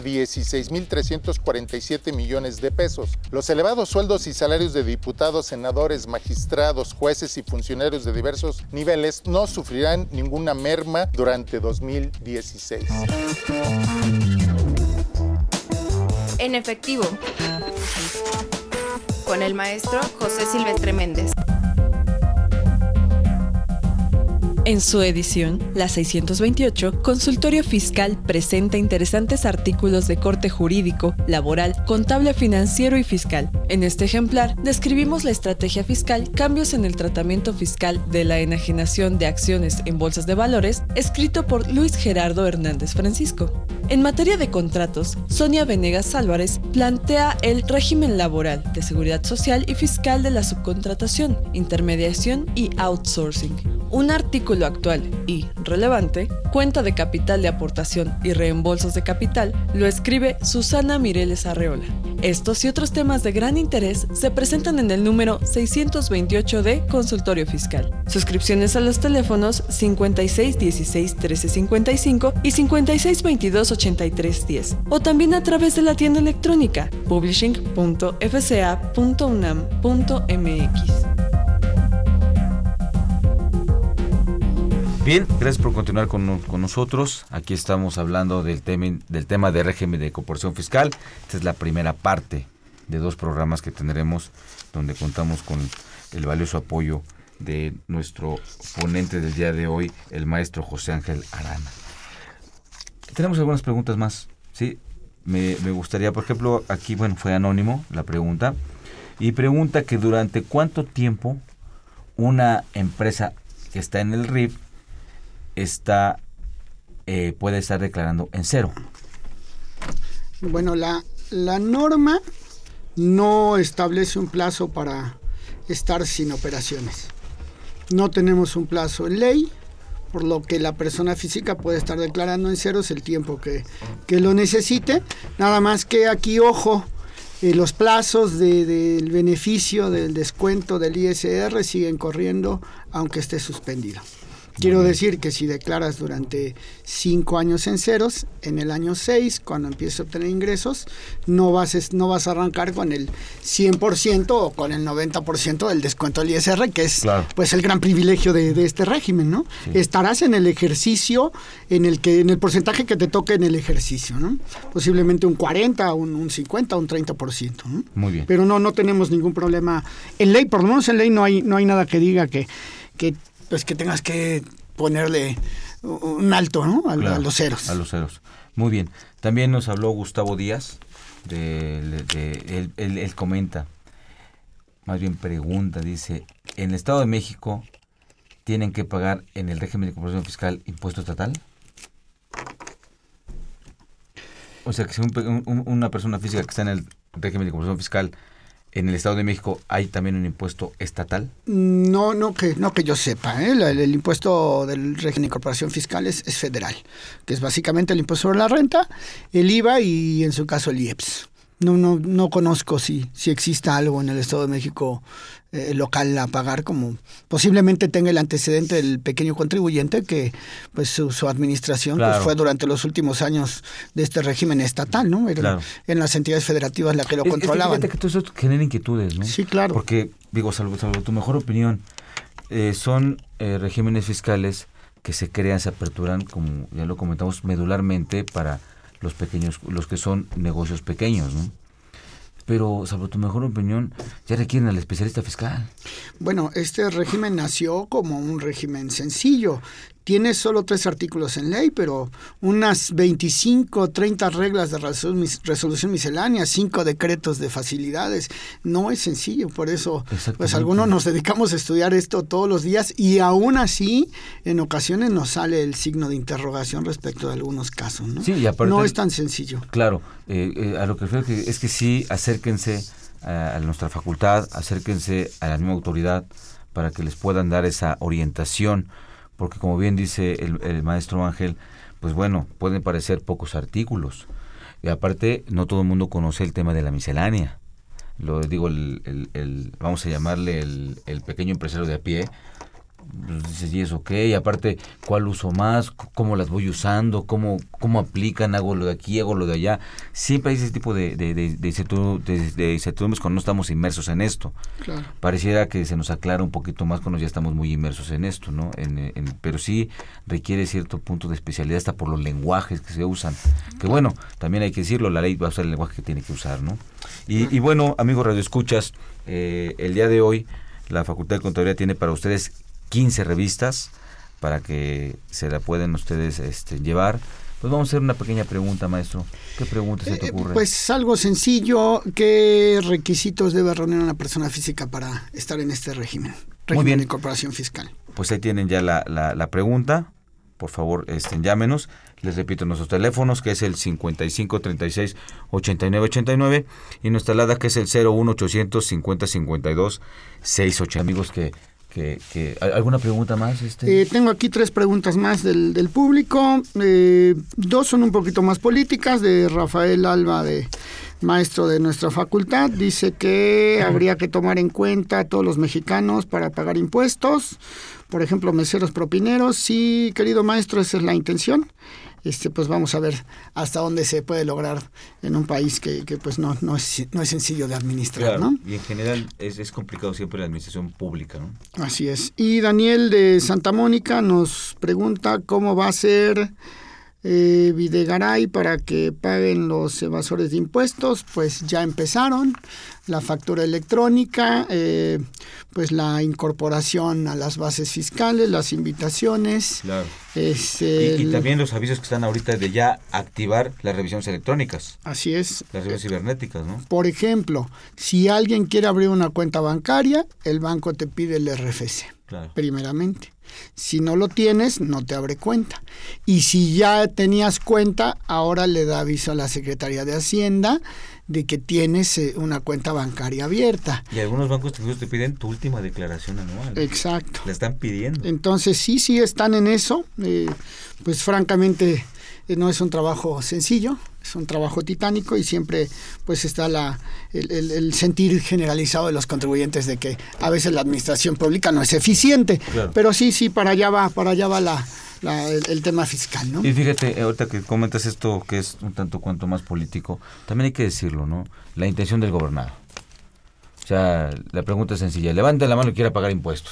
16,347 millones de pesos. Los elevados sueldos y salarios de diputados, senadores, magistrados, jueces y funcionarios de diversos niveles no sufrirán ninguna merma durante 2016. En efectivo, con el maestro José Silvestre Méndez. En su edición, la 628, Consultorio Fiscal presenta interesantes artículos de corte jurídico, laboral, contable, financiero y fiscal. En este ejemplar, describimos la estrategia fiscal, cambios en el tratamiento fiscal de la enajenación de acciones en bolsas de valores, escrito por Luis Gerardo Hernández Francisco. En materia de contratos, Sonia Venegas Álvarez plantea el régimen laboral, de seguridad social y fiscal de la subcontratación, intermediación y outsourcing. Un artículo actual y relevante, cuenta de capital de aportación y reembolsos de capital, lo escribe Susana Mireles Arreola. Estos y otros temas de gran interés se presentan en el número 628 de Consultorio Fiscal. Suscripciones a los teléfonos 5616-1355 y 5622-8310, o también a través de la tienda electrónica publishing.fca.unam.mx. Bien, gracias por continuar con nosotros. Aquí estamos hablando del tema de régimen de corporación fiscal. Esta es la primera parte de 2 programas que tendremos, donde contamos con el valioso apoyo de nuestro ponente del día de hoy, el maestro José Ángel Arana. Tenemos algunas preguntas más, ¿sí? Me gustaría, por ejemplo, aquí, fue anónimo la pregunta, y pregunta que durante cuánto tiempo una empresa que está en el RIF puede estar declarando en cero. Bueno, la norma no establece un plazo para estar sin operaciones. No tenemos un plazo en ley, por lo que la persona física puede estar declarando en ceros el tiempo que lo necesite. Nada más que aquí, ojo, los plazos del beneficio del descuento del ISR siguen corriendo aunque esté suspendido. Quiero decir que si declaras durante 5 años en ceros, en el año 6, cuando empieces a obtener ingresos, no vas a arrancar con el 100% o con el 90% del descuento del ISR, que es pues el gran privilegio de este régimen, ¿no? Sí. Estarás en el ejercicio en el porcentaje que te toque en el ejercicio, ¿no? Posiblemente un 40, un 50, un 30%, ¿no? Muy bien. Pero no tenemos ningún problema. En ley, por lo menos en ley no hay nada que diga que tengas que ponerle un alto, ¿no? A los ceros. A los ceros. Muy bien. También nos habló Gustavo Díaz, él comenta, más bien pregunta, dice, ¿en el Estado de México tienen que pagar en el régimen de incorporación fiscal impuesto estatal? O sea, que si una persona física que está en el régimen de incorporación fiscal ¿en el Estado de México hay también un impuesto estatal? No que yo sepa, ¿eh? El impuesto del régimen de incorporación fiscal es federal, que es básicamente el impuesto sobre la renta, el IVA y en su caso el IEPS. No conozco si exista algo en el Estado de México local a pagar, como posiblemente tenga el antecedente del pequeño contribuyente, que pues su administración pues, fue durante los últimos años de este régimen estatal, ¿no? Era en las entidades federativas la que lo controlaban. Fíjate que todo eso genera inquietudes, ¿no? Sí, claro. Porque, digo, salvo tu mejor opinión, son regímenes fiscales que se crean, se aperturan, como ya lo comentamos, medularmente para los pequeños, los que son negocios pequeños, ¿no? Pero, salvo tu mejor opinión, ya requieren al especialista fiscal. Bueno, este régimen nació como un régimen sencillo. Tiene solo 3 artículos en ley, pero unas 25, 30 reglas de resolución miscelánea, 5 decretos de facilidades. No es sencillo, por eso pues algunos nos dedicamos a estudiar esto todos los días y aún así en ocasiones nos sale el signo de interrogación respecto de algunos casos, ¿no? Sí, y aparte, no es tan sencillo. Claro, a lo que refiero es que sí, acérquense a nuestra facultad, acérquense a la misma autoridad para que les puedan dar esa orientación. Porque como bien dice el maestro Ángel, pues bueno, pueden parecer pocos artículos. Y aparte, no todo el mundo conoce el tema de la miscelánea. Lo digo, vamos a llamarle el pequeño empresario de a pie. Pues dices, ¿y eso qué? Y aparte, ¿cuál uso más? ¿Cómo las voy usando? ¿Cómo aplican? ¿Hago lo de aquí? ¿Hago lo de allá? Siempre hay ese tipo de incertidumbres cuando no estamos inmersos en esto. Claro. Pareciera que se nos aclara un poquito más cuando ya estamos muy inmersos en esto, ¿no? Pero sí requiere cierto punto de especialidad hasta por los lenguajes que se usan. Que bueno, también hay que decirlo, la ley va a usar el lenguaje que tiene que usar, ¿no? Y bueno, amigos radioescuchas, el día de hoy la Facultad de Contaduría tiene para ustedes 15 revistas para que se la pueden ustedes llevar. Pues vamos a hacer una pequeña pregunta, maestro. ¿Qué pregunta se te ocurre? Pues algo sencillo. ¿Qué requisitos debe reunir una persona física para estar en este régimen? Régimen de incorporación fiscal. Pues ahí tienen ya la pregunta. Por favor, llámenos. Les repito, nuestros teléfonos, que es el 55 36 89 89 y nuestra alada, que es el 01 800 50 52 68. Amigos, ¿alguna pregunta más? Tengo aquí 3 preguntas más del público. 2 son un poquito más políticas, de Rafael Alba, maestro de nuestra facultad. Dice que habría que tomar en cuenta a todos los mexicanos para pagar impuestos, por ejemplo, meseros, propineros. Sí, querido maestro, esa es la intención. Pues vamos a ver hasta dónde se puede lograr en un país que pues no es sencillo de administrar, claro, ¿no? Y en general es complicado siempre la administración pública, ¿no? Así es. Y Daniel de Santa Mónica nos pregunta cómo va a ser Videgaray para que paguen los evasores de impuestos. Pues ya empezaron la factura electrónica, pues la incorporación a las bases fiscales, las invitaciones. Claro. Y también los avisos que están ahorita de ya activar las revisiones electrónicas. Así es. Las revisiones cibernéticas, ¿no? Por ejemplo, si alguien quiere abrir una cuenta bancaria, el banco te pide el RFC. Claro. Primeramente. Si no lo tienes, no te abre cuenta. Y si ya tenías cuenta, ahora le da aviso a la Secretaría de Hacienda de que tienes una cuenta bancaria abierta. Y algunos bancos incluso te piden tu última declaración anual. Exacto. La están pidiendo. Entonces sí están en eso. Pues francamente no es un trabajo sencillo, es un trabajo titánico y siempre pues está el sentir generalizado de los contribuyentes de que a veces la administración pública no es eficiente, claro. Pero sí, para allá va el tema fiscal, ¿no? Y fíjate, ahorita que comentas esto que es un tanto cuanto más político, también hay que decirlo, ¿no? La intención del gobernado. O sea, la pregunta es sencilla, levanta la mano y quiera pagar impuestos.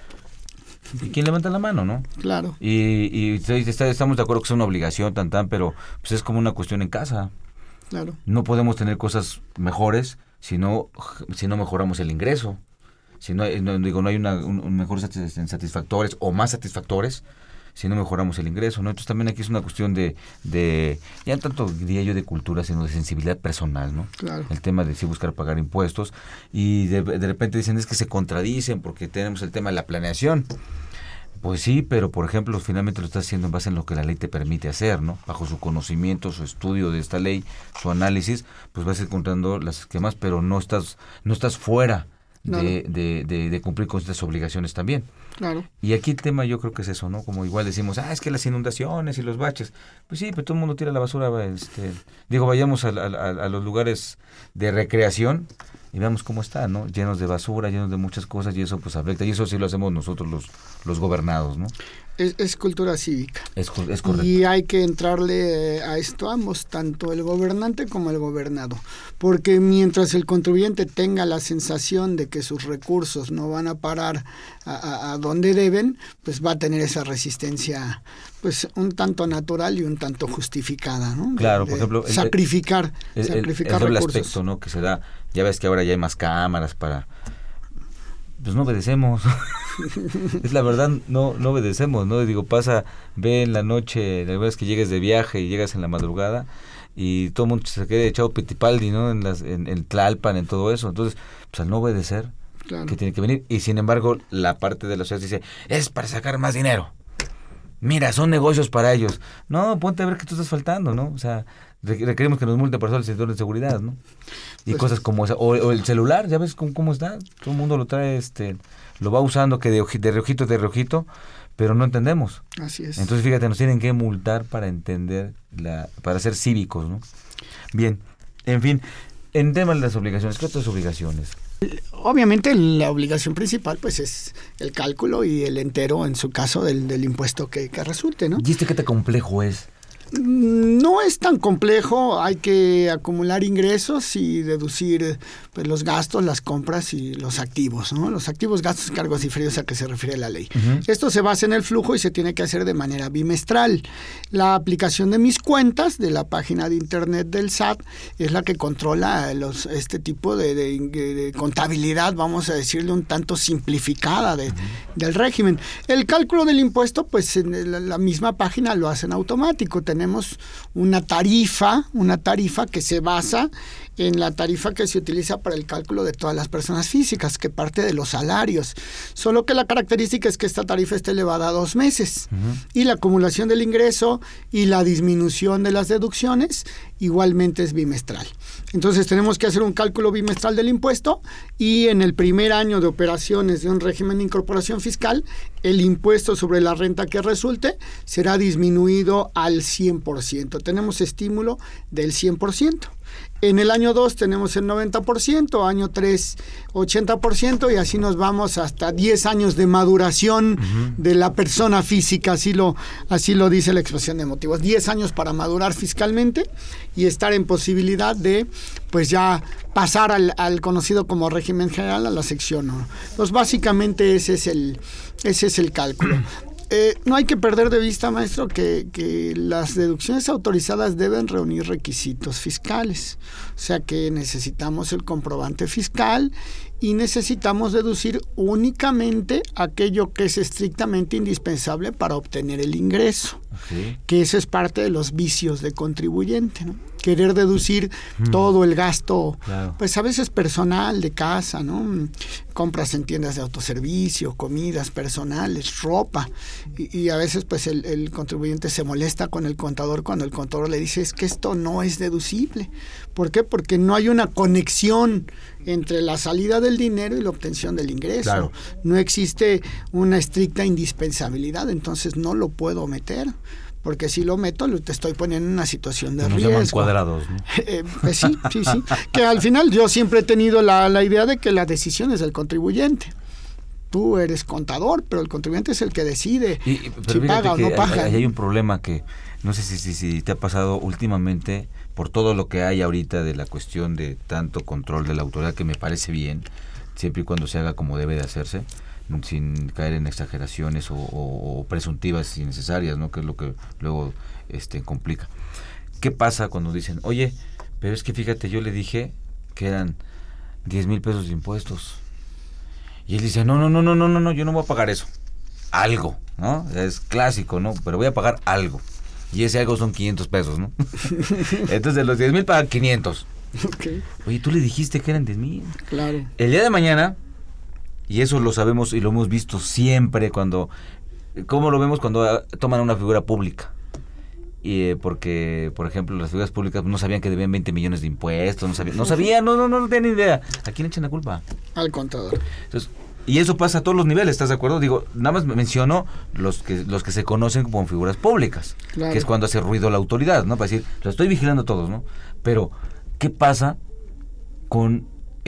¿Y quién levanta la mano, no? Claro. Y estamos de acuerdo que es una obligación, pero pues es como una cuestión en casa. Claro. No podemos tener cosas mejores si no mejoramos el ingreso. Si no hay un mejor satisfactores o más satisfactores si no mejoramos el ingreso, ¿no? Entonces también aquí es una cuestión de ya no tanto diría yo de cultura, sino de sensibilidad personal, ¿no? Claro. El tema de sí buscar pagar impuestos y de repente dicen es que se contradicen porque tenemos el tema de la planeación. Pues sí, pero por ejemplo, finalmente lo estás haciendo en base en lo que la ley te permite hacer, ¿no? Bajo su conocimiento, su estudio de esta ley, su análisis, pues vas encontrando las esquemas, pero no estás fuera de cumplir con estas obligaciones también. Claro. Y aquí el tema yo creo que es eso, ¿no? Como igual decimos, es que las inundaciones y los baches. Pues sí, pero todo el mundo tira la basura. Vayamos a los lugares de recreación y veamos cómo están, ¿no? Llenos de basura, llenos de muchas cosas y eso pues afecta. Y eso sí lo hacemos nosotros los gobernados, ¿no? Es cultura cívica. Es correcto. Y hay que entrarle a esto ambos, tanto el gobernante como el gobernado. Porque mientras el contribuyente tenga la sensación de que sus recursos no van a parar a donde deben, pues va a tener esa resistencia pues un tanto natural y un tanto justificada, ¿no? Claro, por ejemplo, sacrificar el recursos. aspecto, ¿no? Que se da, ya ves que ahora ya hay más cámaras para... Pues no obedecemos. Es la verdad, no obedecemos, ¿no? Digo, ve en la noche, la verdad es que llegues de viaje y llegas en la madrugada y todo el mundo se queda echado pitipaldi, ¿no? En Tlalpan, en todo eso. Entonces, pues al no obedecer, claro, que tiene que venir. Y sin embargo, la parte de la sociedad dice, es para sacar más dinero. Mira, son negocios para ellos. No, ponte a ver que tú estás faltando, ¿no? O sea, requerimos que nos multen por el sector de seguridad, ¿no? Y pues, cosas como esa. O el celular, ¿ya ves cómo está? Todo el mundo lo trae, lo va usando que de reojito, pero no entendemos. Así es. Entonces, fíjate, nos tienen que multar para entender, para ser cívicos, ¿no? Bien, en fin, en tema de las obligaciones, ¿qué otras obligaciones? Obviamente la obligación principal pues es el cálculo y el entero en su caso del impuesto que resulte, ¿no? ¿Y qué tan complejo es? No es tan complejo, hay que acumular ingresos y deducir pues, los gastos, las compras y los activos, ¿no? Los activos, gastos, cargos diferidos a que se refiere la ley. Uh-huh. Esto se basa en el flujo y se tiene que hacer de manera bimestral. La aplicación de Mis Cuentas de la página de internet del SAT es la que controla este tipo de contabilidad, vamos a decirle un tanto simplificada del régimen. El cálculo del impuesto, pues en la misma página lo hacen automático. Tenemos una tarifa que se basa en la tarifa que se utiliza para el cálculo de todas las personas físicas, que parte de los salarios. Solo que la característica es que esta tarifa esté elevada a 2 meses. Uh-huh. Y la acumulación del ingreso y la disminución de las deducciones igualmente es bimestral. Entonces tenemos que hacer un cálculo bimestral del impuesto y en el primer año de operaciones de un régimen de incorporación fiscal, el impuesto sobre la renta que resulte será disminuido al 100%. Tenemos estímulo del 100%. En el año 2 tenemos el 90%, año 3 80% y así nos vamos hasta 10 años de maduración de la persona física, así lo dice la expresión de motivos. 10 años para madurar fiscalmente y estar en posibilidad de pues ya pasar al conocido como régimen general, a la sección 1. Entonces básicamente ese es el cálculo. No hay que perder de vista, maestro, que las deducciones autorizadas deben reunir requisitos fiscales. O sea que necesitamos el comprobante fiscal y necesitamos deducir únicamente aquello que es estrictamente indispensable para obtener el ingreso. Okay. Que eso es parte de los vicios de contribuyente, ¿no? Querer deducir todo el gasto, claro, pues a veces personal de casa, ¿no? Compras en tiendas de autoservicio, comidas personales, ropa, y a veces pues el contribuyente se molesta con el contador cuando el contador le dice es que esto no es deducible. ¿Por qué? Porque no hay una conexión entre la salida del dinero y la obtención del ingreso. Claro. No existe una estricta indispensabilidad, entonces no lo puedo meter. porque si lo meto te estoy poniendo en una situación de Nos riesgo. llaman cuadrados, ¿no? Pues sí. Que al final yo siempre he tenido la idea de que la decisión es del contribuyente. Tú eres contador, pero el contribuyente es el que decide si paga o no paga. Hay un problema que no sé si te ha pasado últimamente, por todo lo que hay ahorita de la cuestión de tanto control de la autoridad, que me parece bien, siempre y cuando se haga como debe de hacerse, sin caer en exageraciones o presuntivas innecesarias, ¿no? Que es lo que luego complica. ¿Qué pasa cuando dicen, oye, pero es que fíjate, yo le dije que eran 10,000 pesos de impuestos? Y él dice, no, yo no voy a pagar eso. Algo, ¿no? Es clásico, ¿no? Pero voy a pagar algo. Y ese algo son 500 pesos, ¿no? Entonces, de los 10,000 pagan 500. Okay. Oye, tú le dijiste que eran 10,000. Claro. El día de mañana, y eso lo sabemos y lo hemos visto siempre ¿cómo lo vemos cuando toman una figura pública? Y porque, por ejemplo, las figuras públicas no sabían que debían 20 millones de impuestos, no tenían ni idea. ¿A quién echan la culpa? Al contador. Entonces, y eso pasa a todos los niveles, ¿estás de acuerdo? Digo, nada más menciono los que se conocen como figuras públicas, claro, que es cuando hace ruido la autoridad, ¿no? Para decir, lo estoy vigilando a todos, ¿no? Pero, ¿qué pasa con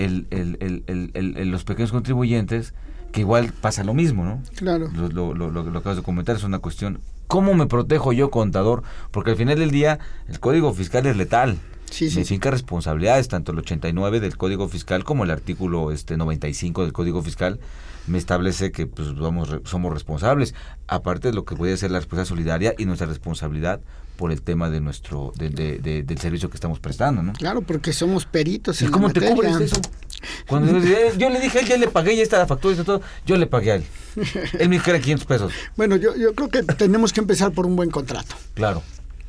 los pequeños contribuyentes? Que igual pasa lo mismo, ¿no? Claro. Lo acabas de comentar, es una cuestión, ¿cómo me protejo yo, contador? Porque al final del día, el Código Fiscal es letal. Sí. Me finca responsabilidades, tanto el 89 del Código Fiscal como el artículo 95 del Código Fiscal me establece que pues somos responsables, aparte de lo que puede ser la responsabilidad solidaria y nuestra responsabilidad por el tema de nuestro del servicio que estamos prestando, ¿no? Claro, porque somos peritos. ¿Y cómo te cubres eso? Cuando yo le dije a él, ya le pagué, ya está la factura y todo, yo le pagué a él. Él me dijo que era 500 pesos. Bueno, yo creo que tenemos que empezar por un buen contrato. Claro.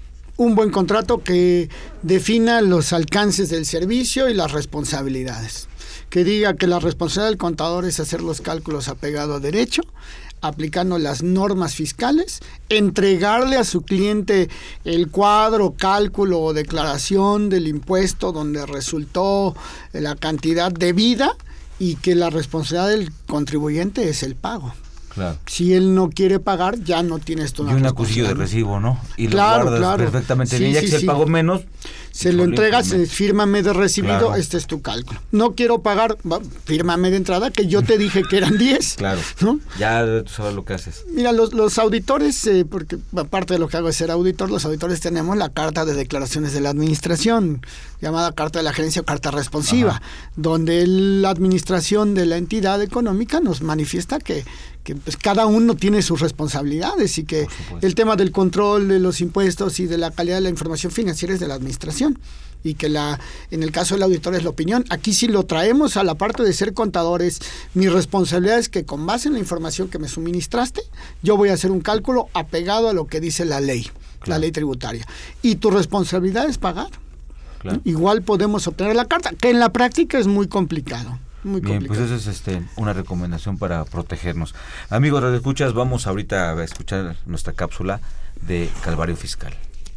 Un buen contrato que defina los alcances del servicio y las responsabilidades. Que diga que la responsabilidad del contador es hacer los cálculos apegado a derecho, aplicando las normas fiscales, entregarle a su cliente el cuadro, cálculo o declaración del impuesto donde resultó la cantidad debida y que la responsabilidad del contribuyente es el pago. Claro. Si él no quiere pagar, ya no tienes tu. Y un acusillo de recibo, ¿no? Y claro, lo guardas perfectamente bien. Ya que si él pagó menos, se lo entregas, fírmame de recibido, claro, este es tu cálculo. No quiero pagar, fírmame de entrada, que yo te dije que eran 10. Claro, ¿no? Ya tú sabes lo que haces. Mira, los auditores, porque aparte de lo que hago es ser auditor, los auditores tenemos la carta de declaraciones de la administración, llamada carta de la gerencia o carta responsiva, ajá, donde la administración de la entidad económica nos manifiesta que pues cada uno tiene sus responsabilidades y que el tema del control de los impuestos y de la calidad de la información financiera es de la administración y que en el caso del auditor es la opinión. Aquí sí lo traemos a la parte de ser contadores. Mi responsabilidad es que con base en la información que me suministraste, yo voy a hacer un cálculo apegado a lo que dice la ley, claro, la ley tributaria. Y tu responsabilidad es pagar. Claro. Igual podemos obtener la carta, que en la práctica es muy complicado. Muy bien, complicado. Pues eso es una recomendación para protegernos. Amigos radioescuchas, vamos ahorita a escuchar nuestra cápsula de Calvario Fiscal.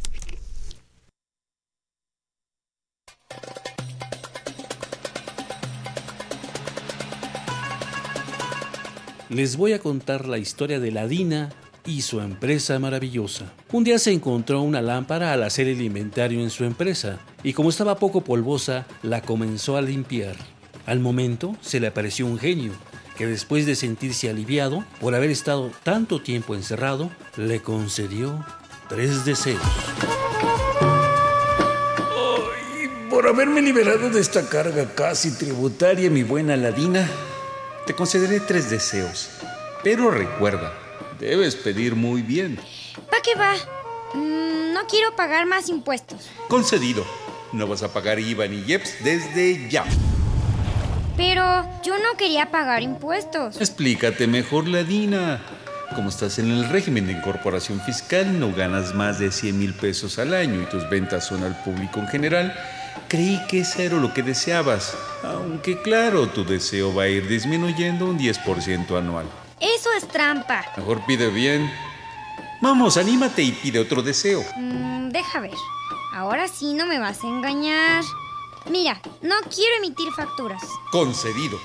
Les voy a contar la historia de la Dina y su empresa maravillosa. Un día se encontró una lámpara al hacer el inventario en su empresa y como estaba poco polvosa, la comenzó a limpiar. Al momento se le apareció un genio que después de sentirse aliviado por haber estado tanto tiempo encerrado, le concedió 3 deseos. Ay, por haberme liberado de esta carga casi tributaria, mi buena Aladina, te concederé 3 deseos. Pero recuerda, debes pedir muy bien. ¿Pa' qué va? No quiero pagar más impuestos. Concedido. No vas a pagar IVA ni IEPS desde ya. Pero yo no quería pagar impuestos. Explícate mejor, Ladina. Como estás en el régimen de incorporación fiscal, no ganas más de 100,000 pesos al año y tus ventas son al público en general, creí que eso era lo que deseabas. Aunque claro, tu deseo va a ir disminuyendo un 10% anual. Eso es trampa. Mejor pide bien. Vamos, anímate y pide otro deseo. Deja ver. Ahora sí no me vas a engañar. Mira, no quiero emitir facturas. Concedido.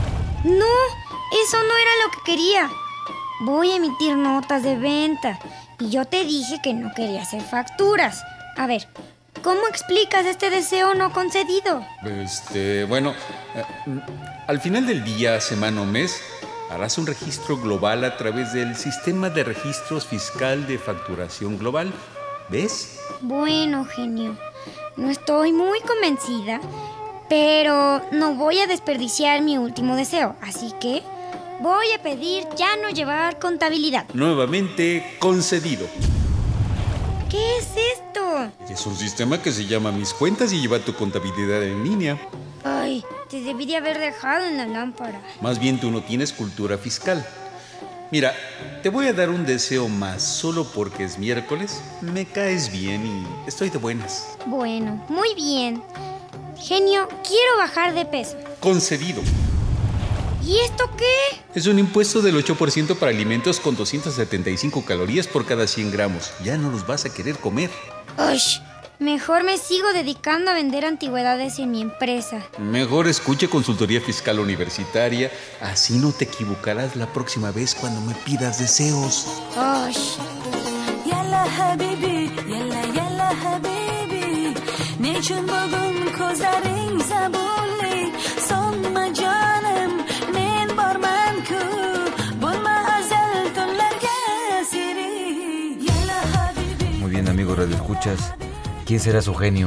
No, eso no era lo que quería. Voy a emitir notas de venta Y yo te dije que no quería hacer facturas. A ver, ¿cómo explicas este deseo no concedido? Bueno, al final del día, semana o mes, harás un registro global a través del Sistema de Registros Fiscal de Facturación Global. ¿Ves? Bueno, genio, no estoy muy convencida, pero no voy a desperdiciar mi último deseo, así que voy a pedir ya no llevar contabilidad. Nuevamente concedido. ¿Qué es esto? Es un sistema que se llama Mis Cuentas y lleva tu contabilidad en línea. Ay, te debí de haber dejado en la lámpara. Más bien tú no tienes cultura fiscal. Mira, te voy a dar un deseo más solo porque es miércoles. Me caes bien y estoy de buenas. Bueno, muy bien. Genio, quiero bajar de peso. Concedido. ¿Y esto qué? Es un impuesto del 8% para alimentos con 275 calorías por cada 100 gramos. Ya no los vas a querer comer. Uy, mejor me sigo dedicando a vender antigüedades en mi empresa. Mejor escuche Consultoría Fiscal Universitaria. Así no te equivocarás la próxima vez cuando me pidas deseos. Uy. Yalla habibi, yalla habibi. Niçin bugün ko'zlaring zabunli? Sonma canım, men borman-ku. Bo'lma azal tunlarga siri. Yalla habibi. Muy bien, amigo Radio Escuchas. ¿Quién será su genio?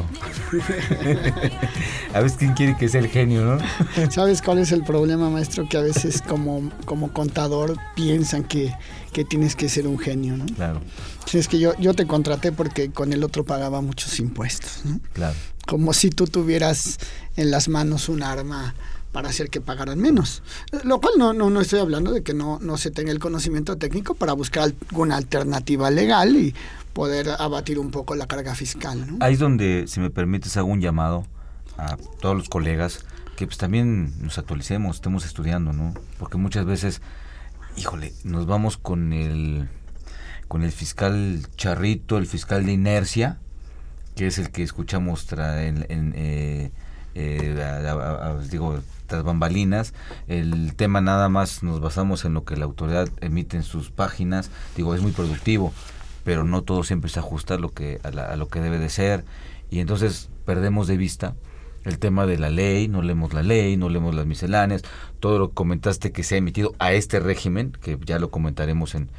A veces, ¿quién quiere que sea el genio, no? ¿Sabes cuál es el problema, maestro? Que a veces como contador piensan que tienes que ser un genio, ¿no? Claro. Es que yo te contraté porque con el otro pagaba muchos impuestos, ¿no? Claro. Como si tú tuvieras en las manos un arma para hacer que pagaran menos. Lo cual no estoy hablando de que no se tenga el conocimiento técnico para buscar alguna alternativa legal y poder abatir un poco la carga fiscal, ¿no? Ahí es donde, si me permites, hago un llamado a todos los colegas que pues también nos actualicemos, estemos estudiando, ¿no? Porque muchas veces, híjole, nos vamos con el fiscal charrito, el fiscal de inercia, que es el que escuchamos tras bambalinas. El tema nada más nos basamos en lo que la autoridad emite en sus páginas. Es muy productivo, pero no todo siempre se ajusta a lo que debe de ser, y entonces perdemos de vista el tema de la ley, no leemos la ley, no leemos las misceláneas, todo lo que comentaste que se ha emitido a este régimen, que ya lo comentaremos en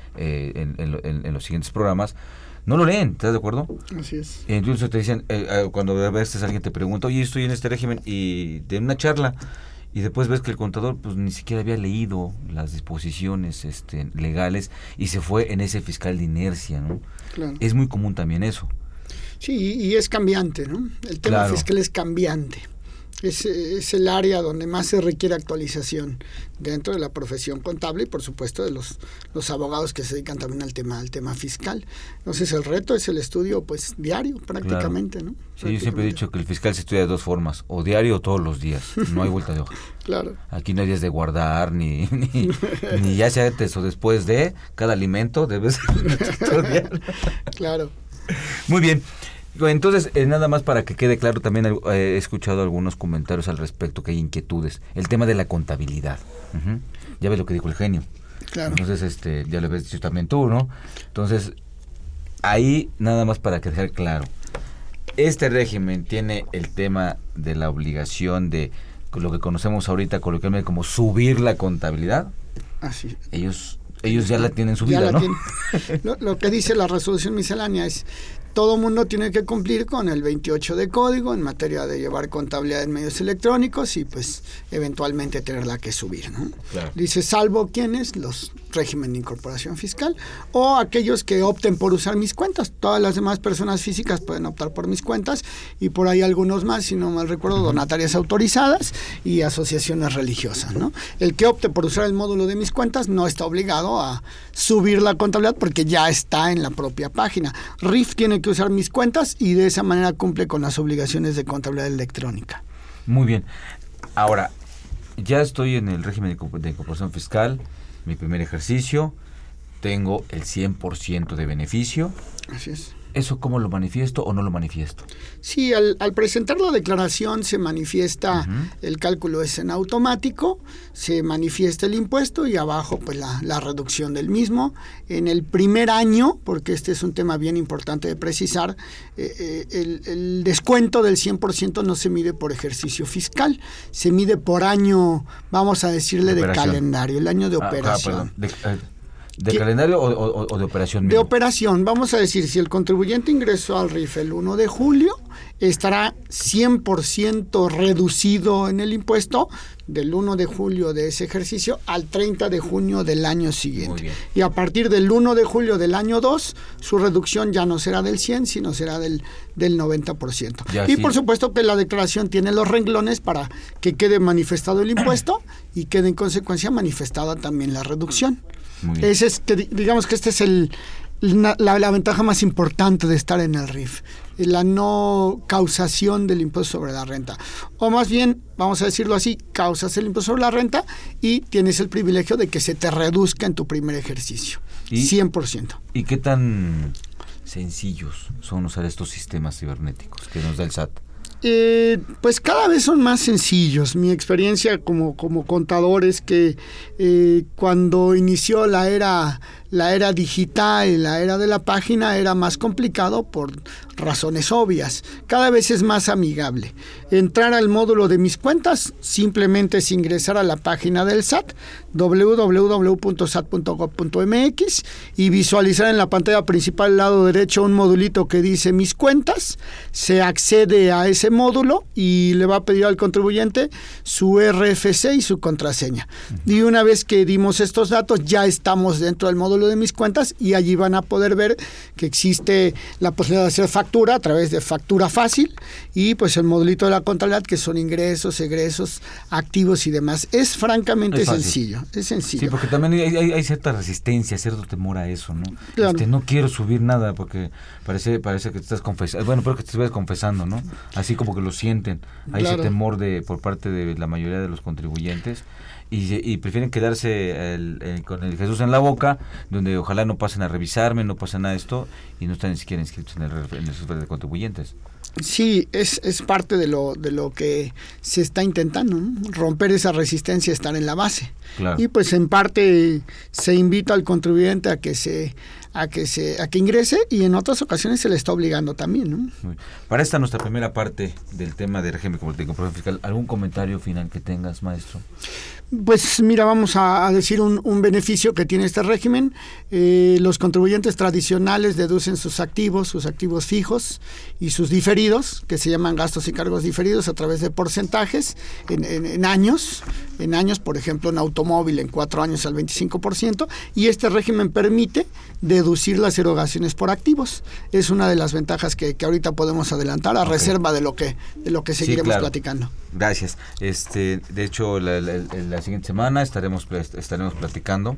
los siguientes programas, no lo leen, ¿estás de acuerdo? Así es. Entonces te dicen, cuando a veces alguien te pregunta, oye, estoy en este régimen, y de una charla, y después ves que el contador pues ni siquiera había leído las disposiciones legales y se fue en ese fiscal de inercia, ¿no? Claro. Es muy común también eso. Sí, y es cambiante, ¿no? El tema fiscal es cambiante. Es el área donde más se requiere actualización dentro de la profesión contable y por supuesto de los abogados que se dedican también al tema fiscal. Entonces el reto es el estudio pues diario prácticamente, claro. ¿no? Sí, yo siempre he dicho que el fiscal se estudia de dos formas, o diario o todos los días, no hay vuelta de hoja. Claro. Aquí no hay días de guardar, ni ya sea antes o después de cada alimento debes estudiar. Claro. Muy bien. Entonces, nada más para que quede claro, también he escuchado algunos comentarios al respecto, que hay inquietudes. El tema de la contabilidad. Uh-huh. Ya ves lo que dijo el genio. Claro. Entonces, ya lo habías dicho también tú, ¿no? Entonces, ahí nada más para que dejar claro. Este régimen tiene el tema de la obligación de lo que conocemos ahorita coloquialmente como subir la contabilidad. Así. Ellos ya la tienen subida, ¿no? Lo que dice la resolución miscelánea es: todo mundo tiene que cumplir con el 28 de código en materia de llevar contabilidad en medios electrónicos y pues eventualmente tenerla que subir, ¿no? Claro. Dice, salvo quienes, los régimen de incorporación fiscal o aquellos que opten por usar mis cuentas. Todas las demás personas físicas pueden optar por mis cuentas y por ahí algunos más, si no mal recuerdo, donatarias autorizadas y asociaciones religiosas, ¿no? El que opte por usar el módulo de mis cuentas no está obligado a subir la contabilidad porque ya está en la propia página. RIF tiene que usar mis cuentas y de esa manera cumple con las obligaciones de contabilidad electrónica. Muy bien. Ahora, ya estoy en el régimen de incorporación fiscal, mi primer ejercicio, tengo el 100% de beneficio. Así es. ¿Eso cómo lo manifiesto o no lo manifiesto? Sí, al presentar la declaración se manifiesta, el cálculo es en automático, se manifiesta el impuesto y abajo pues la reducción del mismo. En el primer año, porque este es un tema bien importante de precisar, el descuento del 100% no se mide por ejercicio fiscal, se mide por año, vamos a decirle, de calendario, el año de operación. ¿De calendario o de operación mismo? De operación. Vamos a decir, si el contribuyente ingresó al RIF el 1 de julio, estará 100% reducido en el impuesto del 1 de julio de ese ejercicio al 30 de junio del año siguiente. Y a partir del 1 de julio del año 2, su reducción ya no será del 100, sino será del 90%. Por supuesto que la declaración tiene los renglones para que quede manifestado el impuesto y quede en consecuencia manifestada también la reducción. Ese es digamos que este es la ventaja más importante de estar en el RIF, la no causación del impuesto sobre la renta, o más bien, vamos a decirlo así, causas el impuesto sobre la renta y tienes el privilegio de que se te reduzca en tu primer ejercicio, 100%. ¿Y qué tan sencillos son usar estos sistemas cibernéticos que nos da el SAT? Pues cada vez son más sencillos. Mi experiencia como contador es que cuando inició la era digital y la era de la página era más complicado por razones obvias. Cada vez es más amigable. Entrar al módulo de mis cuentas simplemente es ingresar a la página del SAT, www.sat.gov.mx, y visualizar en la pantalla principal al lado derecho un modulito que dice mis cuentas. Se accede a ese módulo y le va a pedir al contribuyente su RFC y su contraseña. Y una vez que dimos estos datos, ya estamos dentro del módulo de mis cuentas y allí van a poder ver que existe la posibilidad de hacer factura a través de factura fácil y pues el modulito de la contabilidad, que son ingresos, egresos, activos y demás. Es francamente sencillo. Es sencillo. Sí, porque también hay cierta resistencia, cierto temor a eso, ¿no? Claro. No quiero subir nada porque parece que te estás confesando. Bueno, pero que te estás confesando, ¿no? Así como que lo sienten. Hay ese temor por parte de la mayoría de los contribuyentes y prefieren quedarse con el Jesús en la boca, donde ojalá no pasen a revisarme, no pasa nada de esto y no están ni siquiera inscritos en el registro de contribuyentes. Sí, es parte de lo que se está intentando, ¿no? Romper esa resistencia, estar en la base. Claro. Y pues en parte se invita al contribuyente a que ingrese y en otras ocasiones se le está obligando también, ¿no? Para esta nuestra primera parte del tema de régimen competitivo fiscal, ¿algún comentario final que tengas, maestro? Pues mira, vamos a decir un beneficio que tiene este régimen. Los contribuyentes tradicionales deducen sus activos fijos y sus diferidos, que se llaman gastos y cargos diferidos, a través de porcentajes en años. En años, por ejemplo, en automóvil en 4 años al 25%, y este régimen permite deducir las erogaciones por activos. Es una de las ventajas que ahorita podemos adelantar a reserva de lo que seguiremos platicando. Gracias. De hecho, la siguiente semana estaremos platicando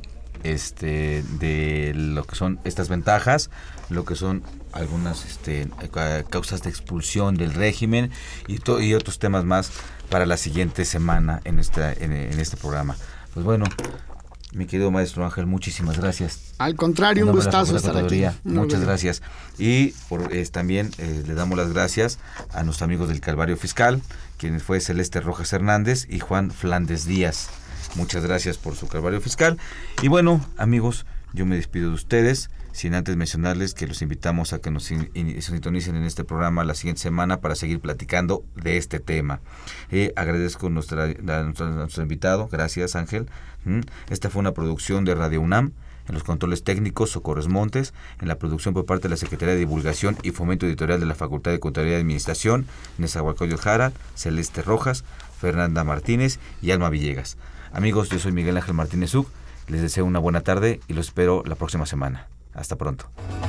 de lo que son estas ventajas, lo que son algunas causas de expulsión del régimen y otros temas más para la siguiente semana en este programa. Pues bueno, mi querido maestro Ángel, muchísimas gracias. Al contrario, un gustazo estar aquí. Muchas gracias. Y también le damos las gracias a nuestros amigos del Calvario Fiscal, quienes fue Celeste Rojas Hernández y Juan Flandes Díaz. Muchas gracias por su Calvario Fiscal. Y bueno, amigos, yo me despido de ustedes, sin antes mencionarles que los invitamos a que nos sintonicen en este programa la siguiente semana para seguir platicando de este tema. Agradezco a nuestro invitado, gracias Ángel. Esta fue una producción de Radio UNAM. En los controles técnicos, Socorros Montes. En la producción por parte de la Secretaría de Divulgación y Fomento Editorial de la Facultad de Contaduría y Administración, Nezahualcóyotl Jara, Celeste Rojas, Fernanda Martínez y Alma Villegas. Amigos, yo soy Miguel Ángel Martínez Uc. Les deseo una buena tarde y los espero la próxima semana. Hasta pronto.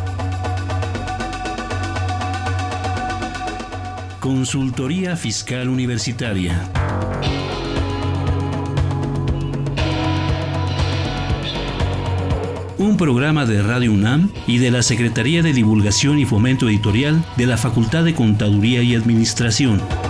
Consultoría Fiscal Universitaria. Un programa de Radio UNAM y de la Secretaría de Divulgación y Fomento Editorial de la Facultad de Contaduría y Administración.